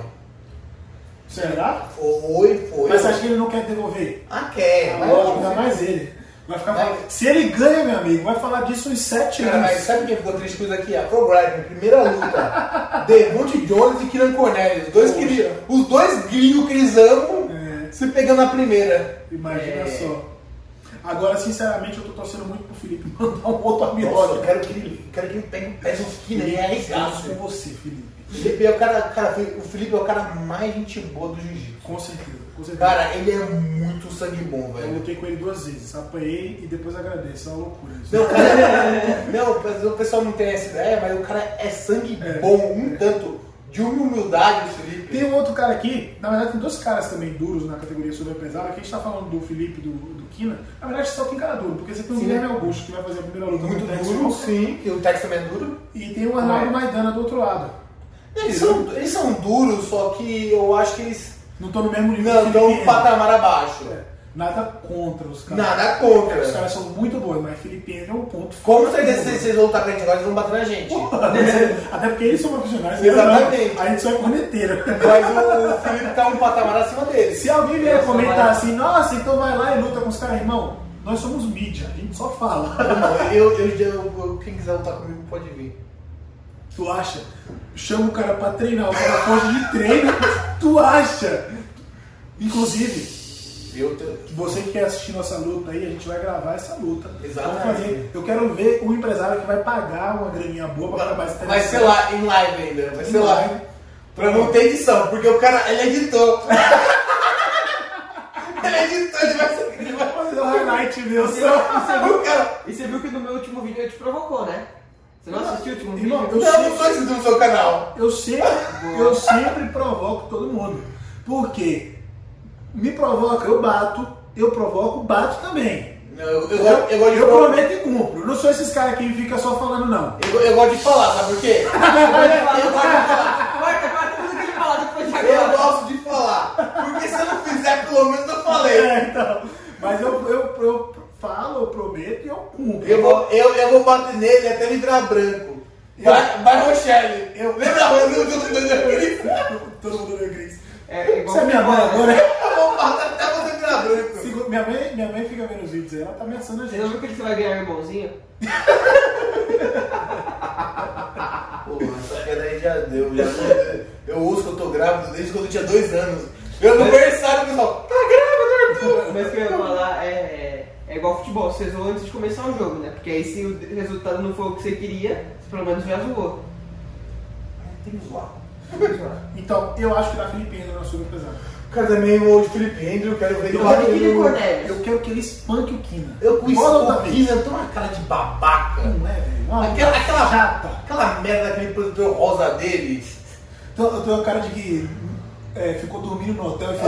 [SPEAKER 1] Será?
[SPEAKER 2] Foi.
[SPEAKER 1] Mas você acha que ele não quer devolver?
[SPEAKER 2] Quer.
[SPEAKER 1] Lógico, ainda mais ele. Vai ficar falando. Se ele ganha, meu amigo, vai falar disso uns 7
[SPEAKER 2] Cara,
[SPEAKER 1] anos.
[SPEAKER 2] mas sabe quem ficou triste com isso aqui? A Pro Wrestling, primeira luta. Devonte Jones e Kieran Cornelius. Os dois gringos que eles amam se pegando na primeira.
[SPEAKER 1] Imagina só. Agora, sinceramente, eu tô torcendo muito pro Felipe mandar um outro
[SPEAKER 2] Nossa,
[SPEAKER 1] amigo.
[SPEAKER 2] eu quero que ele pegue uns quilos e arregaço.
[SPEAKER 1] com você, Felipe.
[SPEAKER 2] O Felipe é o cara mais gente boa do jiu-jitsu.
[SPEAKER 1] Com certeza.
[SPEAKER 2] Cara, ele é muito sangue bom,
[SPEAKER 1] Eu
[SPEAKER 2] velho.
[SPEAKER 1] lutei com ele 2 vezes, apanhei e depois agradeço. É uma loucura isso.
[SPEAKER 2] Não, cara, não, o pessoal não tem essa ideia, mas o cara é sangue bom, um tanto de humildade, o Felipe.
[SPEAKER 1] Tem um outro cara aqui, na verdade tem 2 caras também duros na categoria super pesada, que a gente tá falando do Felipe e do Kina. Na verdade só tem cara duro, porque você tem o Guilherme Augusto que vai fazer a primeira luta
[SPEAKER 2] Muito
[SPEAKER 1] com o Tex
[SPEAKER 2] duro,
[SPEAKER 1] Wilson,
[SPEAKER 2] sim, que o Tex também é duro.
[SPEAKER 1] e tem o Arnaldo Maidana do outro lado.
[SPEAKER 2] Eles são duros, só que eu acho que eles
[SPEAKER 1] Não tô no mesmo nível
[SPEAKER 2] não
[SPEAKER 1] que o
[SPEAKER 2] estão
[SPEAKER 1] Felipe
[SPEAKER 2] um patamar abaixo.
[SPEAKER 1] Henry. Nada contra os caras.
[SPEAKER 2] Nada contra.
[SPEAKER 1] Os caras são muito bons, mas Felipe Henry é um ponto
[SPEAKER 2] Com
[SPEAKER 1] forte.
[SPEAKER 2] certeza, se vocês vão lutar com a gente agora, eles vão bater na gente.
[SPEAKER 1] Até porque eles são profissionais.
[SPEAKER 2] Exatamente.
[SPEAKER 1] A gente só é corneteiro.
[SPEAKER 2] Mas o Felipe tá um patamar acima deles.
[SPEAKER 1] Se alguém vier comentar assim, nossa, então vai lá e luta com os caras, irmão, nós somos mídia, a gente só fala.
[SPEAKER 2] Quem quiser lutar comigo pode vir.
[SPEAKER 1] Tu acha? Chama o cara pra treinar, o cara forte de treino, tu acha? Inclusive, você que quer assistir nossa luta aí, a gente vai gravar essa luta.
[SPEAKER 2] Exatamente.
[SPEAKER 1] Vamos fazer. Eu quero ver o empresário que vai pagar uma graninha boa pra ficar mais interessante.
[SPEAKER 2] Vai ser lá, em live ainda. Vai ser
[SPEAKER 1] Em
[SPEAKER 2] lá.
[SPEAKER 1] live.
[SPEAKER 2] Pra não ter edição, porque o cara, ele editou. Ele editou, ele vai
[SPEAKER 1] Fazer uma Ai, meu
[SPEAKER 3] E
[SPEAKER 1] Deus.
[SPEAKER 3] você viu que no meu último vídeo eu te provocou, né? Você não assistiu o último
[SPEAKER 1] Irmão,
[SPEAKER 3] vídeo?
[SPEAKER 2] Não, não sou esse do seu canal.
[SPEAKER 1] Eu sempre provoco todo mundo. Porque me provoca, eu bato, eu provoco, bato também.
[SPEAKER 2] Não, eu gosto de
[SPEAKER 1] Eu
[SPEAKER 2] falar.
[SPEAKER 1] prometo e cumpro. Eu não sou esses caras que ficam só falando, não.
[SPEAKER 2] Eu gosto de falar, sabe por quê?
[SPEAKER 3] Corta tudo que ele falar depois de
[SPEAKER 2] Eu
[SPEAKER 3] agora.
[SPEAKER 2] gosto de falar. Porque se eu não fizer, pelo menos eu falei.
[SPEAKER 1] Então. Mas eu falo, eu prometo e eu cumpro.
[SPEAKER 2] Eu vou bater nele até ele virar branco. Vai Rochelle. Lembra do Cris?
[SPEAKER 1] Todo mundo deu Cris.
[SPEAKER 3] É igual
[SPEAKER 1] Você é minha mãe agora, né?
[SPEAKER 2] Eu vou bater até você virar branco.
[SPEAKER 1] Minha mãe fica vendo os vídeos aí, ela tá ameaçando a
[SPEAKER 3] Você não
[SPEAKER 1] gente.
[SPEAKER 3] viu que você vai ganhar irmãozinho?
[SPEAKER 2] Pô, essa queda aí já deu. Eu uso que eu tô grávido desde quando eu tinha 2 anos. Meu aniversário, pessoal. Tá grávida, Arthur?
[SPEAKER 3] Mas o que eu ia falar é igual futebol, você zoou antes de começar o jogo, né? Porque aí se o resultado não for o que você queria, você pelo menos já zoou.
[SPEAKER 2] Tem que zoar.
[SPEAKER 1] Então, eu acho que da Felipe ainda não é super pesado.
[SPEAKER 2] O cara também é de Felipe Andrew, eu quero ver ele
[SPEAKER 3] Eu quero que
[SPEAKER 2] batendo.
[SPEAKER 3] ele Cornelius.
[SPEAKER 1] Eu quero que ele espanque o Kina.
[SPEAKER 2] Eu com
[SPEAKER 1] Bola outra
[SPEAKER 2] isso,
[SPEAKER 1] vez.
[SPEAKER 2] Kina, tem uma cara de babaca.
[SPEAKER 1] Não é, velho? Uma
[SPEAKER 2] Aquela
[SPEAKER 1] chata.
[SPEAKER 2] Aquela merda daquele produtor rosa dele.
[SPEAKER 1] Eu tenho a cara de que ficou dormindo no hotel e falou,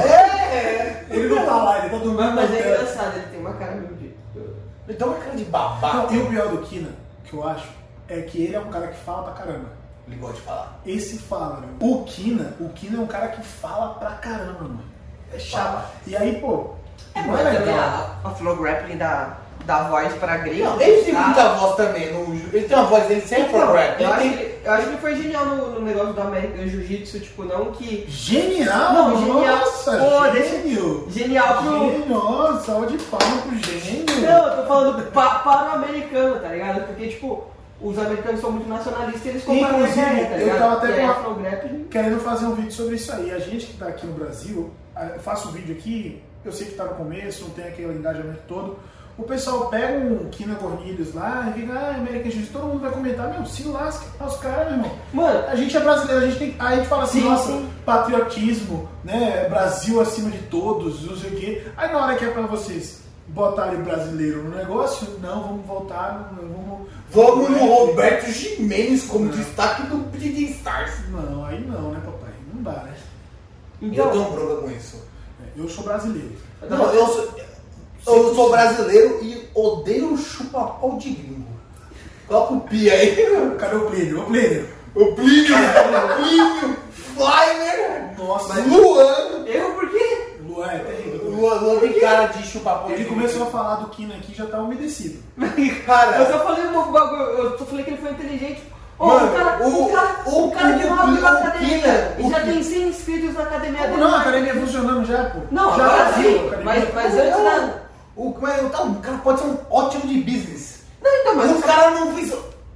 [SPEAKER 1] ele não tá lá, ele tá dormindo no
[SPEAKER 3] Mas é
[SPEAKER 1] hotel.
[SPEAKER 3] engraçado, ele tem uma cara meio de...
[SPEAKER 2] Ele tem uma cara de babaca.
[SPEAKER 1] Não, e o pior do Kina, que eu acho, é que ele é um cara que fala pra caramba.
[SPEAKER 2] Ele gosta de falar.
[SPEAKER 1] Esse fala, né? O Kina é um cara que fala pra caramba, mano. É chato. E aí, pô, não é
[SPEAKER 3] Mas também
[SPEAKER 1] legal.
[SPEAKER 3] a Flow Grappling dá voz pra gringo.
[SPEAKER 2] Não, ele tem
[SPEAKER 3] tá?
[SPEAKER 2] muita voz também. Ele tem uma voz dele sem
[SPEAKER 3] Então,
[SPEAKER 2] rap.
[SPEAKER 3] eu acho que ele foi genial no negócio do American Jiu-Jitsu, tipo, não que...
[SPEAKER 1] Genial!
[SPEAKER 3] Não, genial.
[SPEAKER 1] Nossa,
[SPEAKER 3] Pô,
[SPEAKER 1] gênio!
[SPEAKER 3] Genial pro...
[SPEAKER 1] Gênio! Salve de palma pro gênio!
[SPEAKER 3] Não, eu tô falando para o americano, tá ligado? Porque, tipo, os americanos são muito nacionalistas e eles comparam a
[SPEAKER 1] Inclusive,
[SPEAKER 3] ideia, tá
[SPEAKER 1] eu
[SPEAKER 3] ligado?
[SPEAKER 1] tava até
[SPEAKER 3] E aí
[SPEAKER 1] com
[SPEAKER 3] a
[SPEAKER 1] a-
[SPEAKER 3] Flow Grappling...
[SPEAKER 1] Querendo fazer um vídeo sobre isso aí. A gente que tá aqui no Brasil, eu faço um vídeo aqui, eu sei que tá no começo, não tem aquele engajamento todo. O pessoal pega um Kina Cornelius lá e fica, American Jiu-Jitsu, todo mundo vai comentar, meu, se lasca, os caras, meu irmão.
[SPEAKER 3] Mano,
[SPEAKER 1] A gente é brasileiro, a gente fala assim,
[SPEAKER 3] Sim,
[SPEAKER 1] nossa,
[SPEAKER 3] sim.
[SPEAKER 1] patriotismo, né? Brasil acima de todos, não sei o quê. Aí na hora que é pra vocês botarem brasileiro no negócio, não, vamos voltar,
[SPEAKER 2] Vamos no Roberto Jimenez como destaque do Big Stars.
[SPEAKER 1] Não, aí não, né, papai? Não dá, né?
[SPEAKER 2] Eu
[SPEAKER 3] então...
[SPEAKER 2] tenho bronca com isso.
[SPEAKER 1] Eu sou brasileiro.
[SPEAKER 2] Não, eu sou brasileiro e odeio chupa-pau de gringo. Coloca o pi aí.
[SPEAKER 1] Cadê o Plínio? O Plínio!
[SPEAKER 2] O Plínio, Flyer,
[SPEAKER 1] Nossa,
[SPEAKER 2] Luan.
[SPEAKER 3] Erro por quê?
[SPEAKER 1] Luan é terrível.
[SPEAKER 2] Luan tem cara de chupa-pau de
[SPEAKER 1] Ele
[SPEAKER 2] gringo.
[SPEAKER 1] começou a falar do Kina aqui e já tá umedecido.
[SPEAKER 2] Cara,
[SPEAKER 3] Eu só falei um bagulho, eu só falei que ele foi inteligente. Ô,
[SPEAKER 2] Mano,
[SPEAKER 3] o cara que não abriu a academia
[SPEAKER 2] Kina,
[SPEAKER 3] e já tem 100 inscritos na academia dele.
[SPEAKER 1] Não, a academia funcionando já, pô.
[SPEAKER 3] Não,
[SPEAKER 1] já
[SPEAKER 3] agora
[SPEAKER 1] fazia,
[SPEAKER 3] sim,
[SPEAKER 1] a academia.
[SPEAKER 3] mas antes da...
[SPEAKER 2] o cara pode ser um ótimo de business.
[SPEAKER 3] Não, então,
[SPEAKER 2] Mas o cara não fez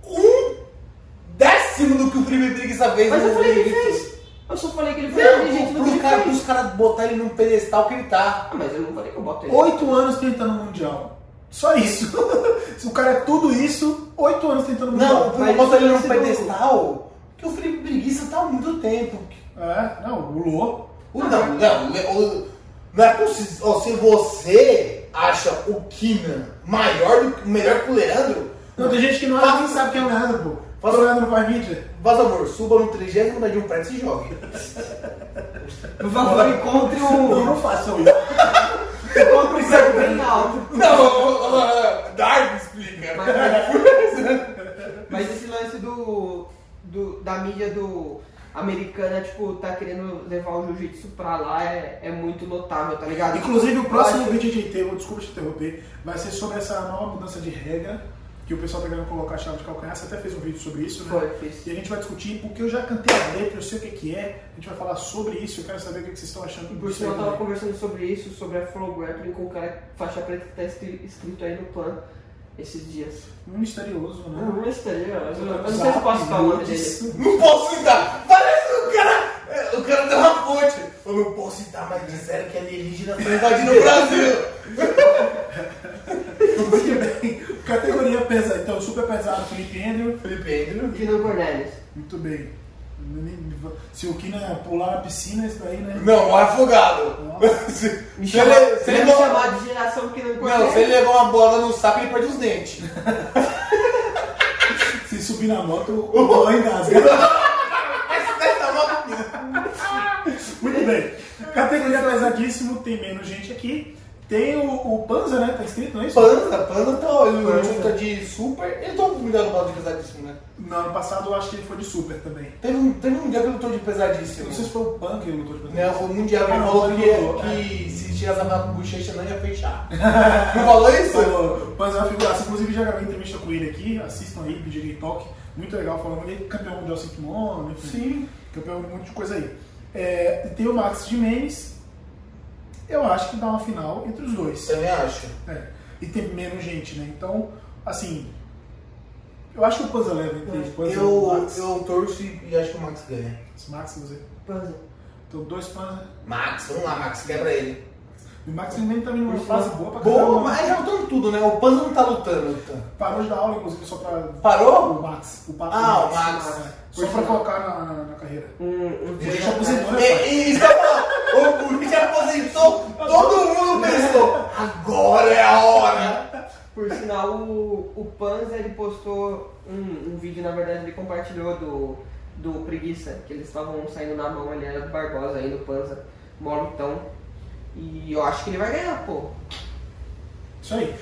[SPEAKER 2] 1/10 do que o Felipe Preguiça fez.
[SPEAKER 3] Mas eu
[SPEAKER 2] no
[SPEAKER 3] falei que ele
[SPEAKER 2] jiu-jitsu.
[SPEAKER 3] fez. Eu só falei que ele foi inteligente no que ele fez.
[SPEAKER 2] Os caras botarem ele num pedestal que ele tá.
[SPEAKER 3] Ah, mas eu não falei que eu boto ele.
[SPEAKER 1] 8 anos tentando o Mundial. Só isso. Se o cara é tudo isso, 8 anos tentando o Mundial.
[SPEAKER 2] Não,
[SPEAKER 3] mas
[SPEAKER 2] botar ele num
[SPEAKER 3] isso não é
[SPEAKER 2] pedestal que o Felipe Preguiça tá há muito tempo.
[SPEAKER 1] Não, o Lô.
[SPEAKER 2] Não é possível. Ó, se você acha o Kina melhor que o Leandro,
[SPEAKER 1] Não, tem gente que não nem sabe quem é o Leandro, pô.
[SPEAKER 2] Faz-
[SPEAKER 1] O Leandro não faz mídia.
[SPEAKER 2] faz favor, suba no 30º andar de um prédio e se jogue.
[SPEAKER 3] Por favor, encontre
[SPEAKER 1] Não façam isso.
[SPEAKER 3] encontre um certo bem alto.
[SPEAKER 2] Não, Dark explica.
[SPEAKER 3] Mas esse lance da mídia americana, tipo, tá querendo levar o jiu-jitsu pra lá é muito notável, tá ligado?
[SPEAKER 1] Inclusive, o próximo
[SPEAKER 3] Eu acho-
[SPEAKER 1] vídeo de Table, desculpa te interromper, vai ser sobre essa nova mudança de regra que o pessoal tá querendo colocar a chave de calcanhar. Você até fez um vídeo sobre isso, né?
[SPEAKER 3] Foi, fiz.
[SPEAKER 1] E a gente vai discutir, porque eu já cantei a letra, eu sei o que é, a gente vai falar sobre isso, eu quero saber o que vocês estão achando
[SPEAKER 3] Por
[SPEAKER 1] disso
[SPEAKER 3] sinal,
[SPEAKER 1] aí
[SPEAKER 3] eu tava
[SPEAKER 1] também.
[SPEAKER 3] conversando sobre isso, sobre a Flow Grappling com o cara faixa preta que tá escrito aí no plano esses dias.
[SPEAKER 1] Misterioso, né?
[SPEAKER 3] Não, misterioso. Eu não sei se eu posso falar o nome dele.
[SPEAKER 2] Não posso citar. Parece o cara deu uma fonte. Eu não posso citar, mas disseram que alienígenas estão invadindo o Brasil.
[SPEAKER 1] Muito bem. Categoria pesada, então, super pesado, Felipe Andrew.
[SPEAKER 2] Felipe Andrew.
[SPEAKER 3] Kino Cornelius.
[SPEAKER 1] Muito bem. Se o Kina pular na piscina, isso daí, né?
[SPEAKER 2] Não, morre afogado.
[SPEAKER 3] Me
[SPEAKER 2] Se ele levou-
[SPEAKER 3] chamar de geração que não
[SPEAKER 2] Não, se ele levar uma bola no saco, ele perde os dentes.
[SPEAKER 1] Se subir na moto, o bola engasga.
[SPEAKER 2] Essa moto.
[SPEAKER 1] Muito bem. Categoria pesadíssimo, tem menos gente aqui. Tem o Panza, né? Tá escrito, não é isso?
[SPEAKER 2] Panza tá, ele luta de super. Ele tá mundial no balde de pesadíssimo, né?
[SPEAKER 1] No ano passado eu acho que ele foi de super também.
[SPEAKER 2] Teve um mundial que ele lutou de pesadíssimo.
[SPEAKER 1] Não sei se foi o Pan que ele lutou de
[SPEAKER 2] Não,
[SPEAKER 1] pesadíssimo.
[SPEAKER 2] foi o mundial que ele
[SPEAKER 1] Ah,
[SPEAKER 2] falou
[SPEAKER 1] não,
[SPEAKER 2] que,
[SPEAKER 1] ele lutou,
[SPEAKER 2] que se tirasse a mão com bochecha não ia fechar. Não falou isso?
[SPEAKER 1] O Panza é uma figuraça. Inclusive já gravei entrevista com ele aqui. Assistam aí, BJ Game Talk. Muito legal falando. Ele é campeão mundial sem kimono, enfim.
[SPEAKER 2] Sim.
[SPEAKER 1] Campeão de um monte de coisa aí. Tem o Max Jimenez. Eu acho que dá uma final entre os dois.
[SPEAKER 2] Também acho.
[SPEAKER 1] E tem menos gente, né? Então, assim. Eu acho que o Panza leva entre eles. Panza e o
[SPEAKER 2] Eu
[SPEAKER 1] Max.
[SPEAKER 2] torço e acho que o Max ganha.
[SPEAKER 1] Esse Max, você.
[SPEAKER 3] Panza.
[SPEAKER 1] Então, dois Panza.
[SPEAKER 2] Max, vamos lá, Max, quebra ele.
[SPEAKER 1] E o Max também tá vindo numa fase boa pra
[SPEAKER 2] Boa,
[SPEAKER 1] caramba.
[SPEAKER 2] mas já lutando tudo, né? O Panza não tá lutando.
[SPEAKER 1] Parou de dar aula, inclusive, só pra.
[SPEAKER 2] Parou?
[SPEAKER 1] O Max. O
[SPEAKER 2] Max.
[SPEAKER 1] Só pra focar na carreira. Ele já
[SPEAKER 3] Dia-
[SPEAKER 1] aposentou, né, pai?
[SPEAKER 2] Isso que eu falo. O Luiz aposentou, todo mundo pensou, agora é a hora.
[SPEAKER 3] Por sinal, o Panza, ele postou um vídeo, na verdade, ele compartilhou do Preguiça, que eles estavam saindo na mão, ele era do Barbosa ainda, o Panza, molotão. E eu acho que ele vai ganhar, pô.
[SPEAKER 1] Isso aí.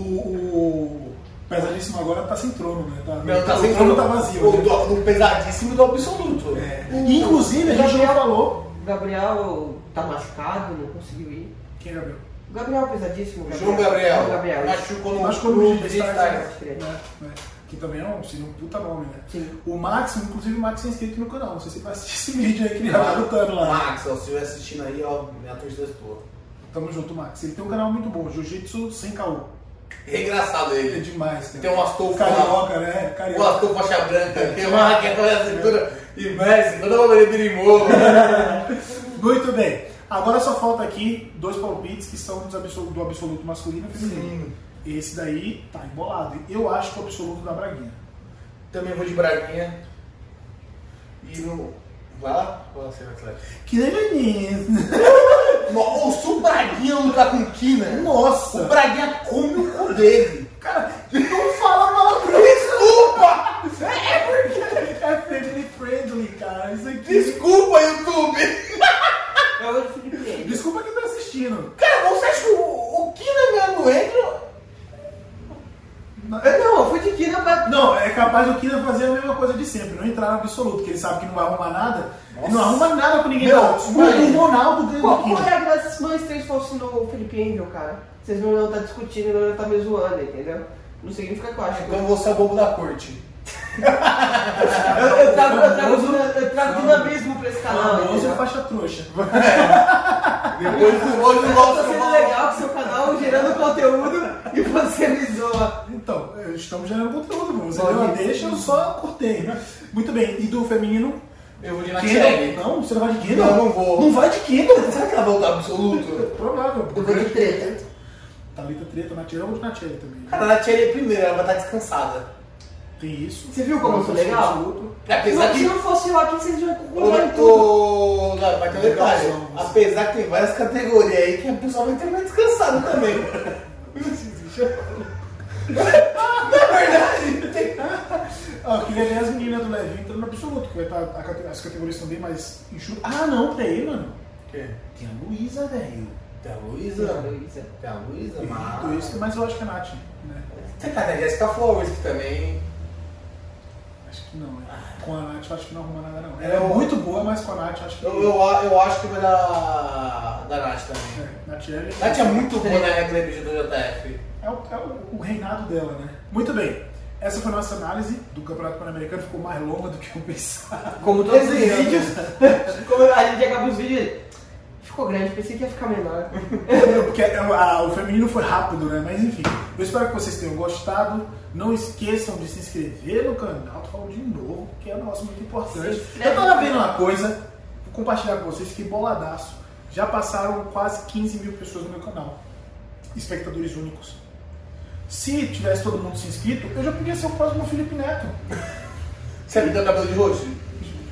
[SPEAKER 1] O pesadíssimo agora tá sem trono, né?
[SPEAKER 2] Não,
[SPEAKER 1] o trono tá vazio. né?
[SPEAKER 2] Do pesadíssimo e do absoluto.
[SPEAKER 1] Inclusive, a gente já falou.
[SPEAKER 3] O Gabriel tá machucado, não conseguiu ir.
[SPEAKER 1] Quem é Gabriel?
[SPEAKER 3] O Gabriel pesadíssimo.
[SPEAKER 2] João Gabriel.
[SPEAKER 3] João Gabriel.
[SPEAKER 2] Machucou no
[SPEAKER 1] Machucou no
[SPEAKER 2] no
[SPEAKER 1] Digistars,
[SPEAKER 2] Digistars.
[SPEAKER 1] né? Que também seria um puta nome, né?
[SPEAKER 3] Sim.
[SPEAKER 1] O Max, inclusive o Max é inscrito no canal. Não sei se você vai assistir esse vídeo aí que ele tá lutando lá.
[SPEAKER 2] Max, ó, se estiver assistindo aí, ó, minha torcida toda.
[SPEAKER 1] Tamo junto, Max. Ele tem um canal muito bom, Jiu-Jitsu sem caô.
[SPEAKER 2] É engraçado
[SPEAKER 1] É
[SPEAKER 2] ele.
[SPEAKER 1] demais, cara.
[SPEAKER 2] Tem um Astolfo
[SPEAKER 1] Carioca, né?
[SPEAKER 2] O
[SPEAKER 1] Carioca.
[SPEAKER 2] Astolfo faixa branca, tem uma raqueta na cintura e Messi, toda uma maneira birimou.
[SPEAKER 1] Muito bem. Agora só falta aqui dois palpites que são do absoluto masculino e feminino. Esse daí tá embolado. Eu acho que é o absoluto da Braguinha.
[SPEAKER 2] Também vou de Braguinha. E no. Vai lá? Vai lá, você vai lá.
[SPEAKER 1] Que delícia!
[SPEAKER 2] Se o Braguinha lutar com o Kina,
[SPEAKER 1] Nossa!
[SPEAKER 2] o Braguinha come o cu dele.
[SPEAKER 1] Cara, não fala palavrão!
[SPEAKER 2] Desculpa!
[SPEAKER 1] É family friendly, cara. Isso aqui.
[SPEAKER 2] Desculpa, YouTube!
[SPEAKER 3] É o Felipe Neto.
[SPEAKER 1] Desculpa quem tá assistindo.
[SPEAKER 2] Cara, você acha que o Kina mesmo entra?
[SPEAKER 3] Não, eu fui de Kina pra...
[SPEAKER 1] Não, é capaz do Kina fazer a mesma coisa de sempre, não entrar no absoluto, porque ele sabe que não vai arrumar nada. Ele não arruma nada com ninguém.
[SPEAKER 2] Meu,
[SPEAKER 1] não. O Ronaldo ganha do
[SPEAKER 3] Qual
[SPEAKER 1] Kina.
[SPEAKER 3] é a graça se nós três fossem no Felipe Angel, cara? Vocês não iam estar discutindo, não iam estar me zoando, entendeu? Não significa que eu acho que...
[SPEAKER 2] Então você é o bobo da corte.
[SPEAKER 3] Eu trago dinamismo pra esse canal,
[SPEAKER 1] Famoso
[SPEAKER 3] entendeu?
[SPEAKER 1] faixa trouxa.
[SPEAKER 2] Hoje o
[SPEAKER 3] Eu
[SPEAKER 2] nosso
[SPEAKER 3] tô sendo legal com seu canal, gerando conteúdo e você me zoa.
[SPEAKER 1] Então, estamos gerando conteúdo, mano. Você
[SPEAKER 3] Pode
[SPEAKER 1] deu uma
[SPEAKER 3] ir.
[SPEAKER 1] deixa, eu só cortei. Muito bem. E do feminino?
[SPEAKER 2] Eu vou de
[SPEAKER 1] Kendall?
[SPEAKER 2] Natiele.
[SPEAKER 1] Não, você não vai de Kendall?
[SPEAKER 2] Não, não vou.
[SPEAKER 1] Não vai de Kendall?
[SPEAKER 2] Será que ela vai lutar absoluto?
[SPEAKER 1] Provável.
[SPEAKER 3] Eu vou de treta.
[SPEAKER 1] Thalita treta, Natiele, eu vou de Natiele também.
[SPEAKER 2] Cara, a Natiele é primeiro, ela vai estar descansada.
[SPEAKER 1] Tem isso.
[SPEAKER 3] Você viu como eu sou legal?
[SPEAKER 1] Absoluto.
[SPEAKER 2] Apesar
[SPEAKER 3] Se
[SPEAKER 2] que.
[SPEAKER 3] não fosse eu aqui, vocês iam concordar em tudo.
[SPEAKER 2] Não, vai ter um detalhe.
[SPEAKER 1] Legalzão, você.
[SPEAKER 2] Apesar que tem várias categorias aí que a pessoa vai terminar descansado também. Não é verdade? Tem...
[SPEAKER 1] Eu queria ver as meninas do Levi entrando no absoluto, que vai estar. As categorias estão bem mais enxutas. Ah, não, peraí, mano.
[SPEAKER 2] Quê?
[SPEAKER 1] Tem a Luísa, velho.
[SPEAKER 2] Tem a Luísa? Tem a Luísa,
[SPEAKER 1] Mas eu acho que é a Nath, né?
[SPEAKER 2] Tem a Jessica Flowers que também.
[SPEAKER 1] Acho que não, né? Com a Nath eu acho que não arruma nada, não.
[SPEAKER 2] É,
[SPEAKER 1] Ela é muito boa, mas com a Nath eu acho que.
[SPEAKER 2] Eu acho que vai dar da Nath também.
[SPEAKER 1] Natiele.
[SPEAKER 2] Nath é muito boa na regra do JF.
[SPEAKER 1] É o reinado dela, né? Muito bem. Essa foi a nossa análise do Campeonato Pan-Americano. Ficou mais longa do que eu pensava.
[SPEAKER 3] Como todos os
[SPEAKER 2] Desenhando.
[SPEAKER 3] vídeos, como a gente acaba os vídeos, ficou grande, pensei que ia ficar menor.
[SPEAKER 1] Porque o feminino foi rápido, né? Mas enfim, eu espero que vocês tenham gostado. Não esqueçam de se inscrever no canal. Tô falando de novo, que é um negócio muito importante. Eu tava vendo uma coisa, vou compartilhar com vocês, fiquei boladaço. Já passaram quase 15 mil pessoas no meu canal. Espectadores únicos. Se tivesse todo mundo se inscrito, eu já podia ser o próximo Felipe Neto.
[SPEAKER 2] Você pintou o cabelo de roxo?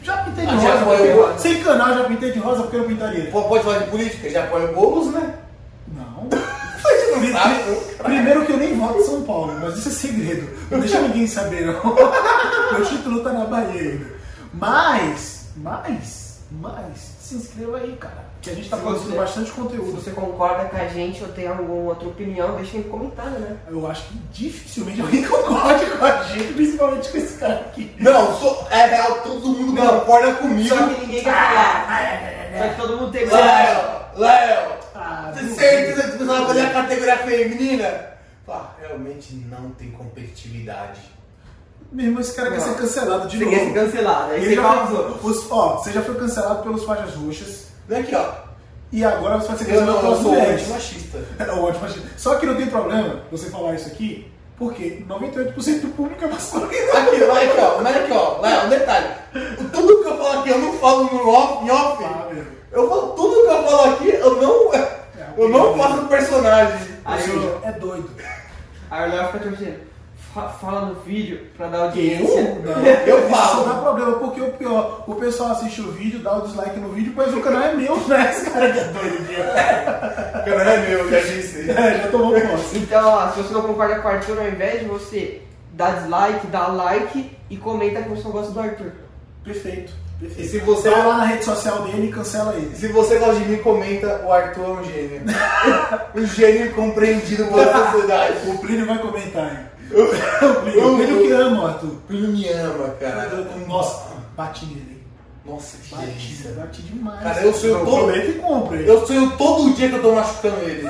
[SPEAKER 1] Já pintei de
[SPEAKER 2] Ah, já
[SPEAKER 1] rosa,
[SPEAKER 2] apoia o-
[SPEAKER 1] sem canal já pintei de rosa, porque eu não pintaria.
[SPEAKER 2] Pode falar de política? Já apoia o Boulos, né?
[SPEAKER 1] Não.
[SPEAKER 2] Não sabe.
[SPEAKER 1] Primeiro que eu nem voto em São Paulo, mas isso é segredo. Não deixa ninguém saber, não. Meu título tá na Bahia ainda. Mas, se inscreva aí, cara. Que a gente tá
[SPEAKER 3] Se
[SPEAKER 1] produzindo
[SPEAKER 3] você-
[SPEAKER 1] bastante
[SPEAKER 3] Se
[SPEAKER 1] conteúdo.
[SPEAKER 3] você concorda com a gente ou tem alguma outra opinião, deixa em comentário, né?
[SPEAKER 1] Eu acho que dificilmente alguém concorde com a gente, principalmente com esse cara aqui.
[SPEAKER 2] Não, é real, todo mundo
[SPEAKER 3] Não.
[SPEAKER 2] concorda comigo.
[SPEAKER 3] Só que ninguém quer falar. Só que todo mundo tem
[SPEAKER 2] Léo,
[SPEAKER 1] Ah,
[SPEAKER 2] tem
[SPEAKER 1] duvido.
[SPEAKER 2] certeza que você vai fazer a categoria feminina? Realmente não tem competitividade.
[SPEAKER 1] Meu irmão, esse cara quer
[SPEAKER 3] Não.
[SPEAKER 1] ser cancelado de
[SPEAKER 3] Você
[SPEAKER 1] novo.
[SPEAKER 3] quer ser cancelado, aí
[SPEAKER 1] Ele
[SPEAKER 3] você
[SPEAKER 1] já
[SPEAKER 3] pausou.
[SPEAKER 1] você já foi cancelado pelos faixas roxas.
[SPEAKER 2] Vem aqui, ó.
[SPEAKER 1] E agora você vai ser
[SPEAKER 2] Eu
[SPEAKER 1] cancelado
[SPEAKER 2] não
[SPEAKER 1] pelas
[SPEAKER 2] sou
[SPEAKER 1] mulheres.
[SPEAKER 2] antimachista.
[SPEAKER 1] É ótimo. Só que não tem problema você falar isso aqui, porque 98% do público é masculino.
[SPEAKER 2] Aqui, ó. Léo, um detalhe. Tudo que eu falo aqui, eu não falo no off, em off.
[SPEAKER 1] Ah, meu.
[SPEAKER 2] Eu falo tudo que eu falo aqui, eu não faço no personagem.
[SPEAKER 3] Aí
[SPEAKER 1] O senhor
[SPEAKER 3] eu-
[SPEAKER 1] é doido.
[SPEAKER 3] Aí o Léo fica torcendo. Fala no vídeo pra dar audiência.
[SPEAKER 2] Eu
[SPEAKER 1] Isso
[SPEAKER 2] falo.
[SPEAKER 1] dá problema, porque o pior, o pessoal assiste o vídeo, dá o dislike no vídeo, pois o canal é meu, né? Esse cara que é doido, viu?
[SPEAKER 2] O canal é meu, já disse.
[SPEAKER 1] Já tomou posse.
[SPEAKER 3] Então, ó, se você não concorda com o Arthur, ao invés de você dar dislike, dá like e comenta que você não gosta do Arthur.
[SPEAKER 1] Perfeito.
[SPEAKER 2] E se você-
[SPEAKER 1] vai lá na rede social dele e cancela ele.
[SPEAKER 2] Se você gosta de mim, comenta, o Arthur é um gênio. Um gênio incompreendido pela sociedade.
[SPEAKER 1] O Plínio vai comentar, hein? O Plínio que ama, Arthur.
[SPEAKER 2] O Plínio me ama, cara.
[SPEAKER 1] Nossa, bati nele, hein?
[SPEAKER 2] Nossa, que
[SPEAKER 1] Bati,
[SPEAKER 2] delícia.
[SPEAKER 1] bati demais.
[SPEAKER 2] Cara, eu sonho
[SPEAKER 1] Não,
[SPEAKER 2] todo-
[SPEAKER 1] aproveita e compra, hein?
[SPEAKER 2] Eu sonho todo dia que eu tô machucando ele.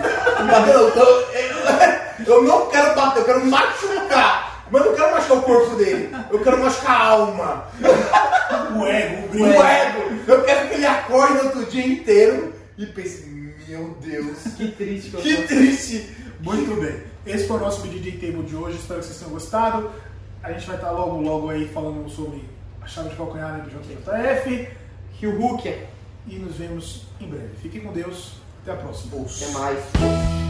[SPEAKER 2] Eu não quero bater, eu quero machucar. Mas eu não quero machucar o corpo dele. Eu quero machucar a alma.
[SPEAKER 1] O ego, o
[SPEAKER 2] O
[SPEAKER 1] brilho.
[SPEAKER 2] ego. Eu quero que ele acorde no outro dia inteiro e pense, meu Deus,
[SPEAKER 3] Que triste que eu
[SPEAKER 2] que
[SPEAKER 3] tô.
[SPEAKER 2] triste.
[SPEAKER 1] Muito bem. Esse foi o nosso BJJ Table de hoje. Espero que vocês tenham gostado. A gente vai estar logo aí falando sobre a chave de calcanhar do JJF.
[SPEAKER 3] Que o Hulk é.
[SPEAKER 1] E nos vemos em breve. Fiquem com Deus. Até a próxima.
[SPEAKER 3] Até mais.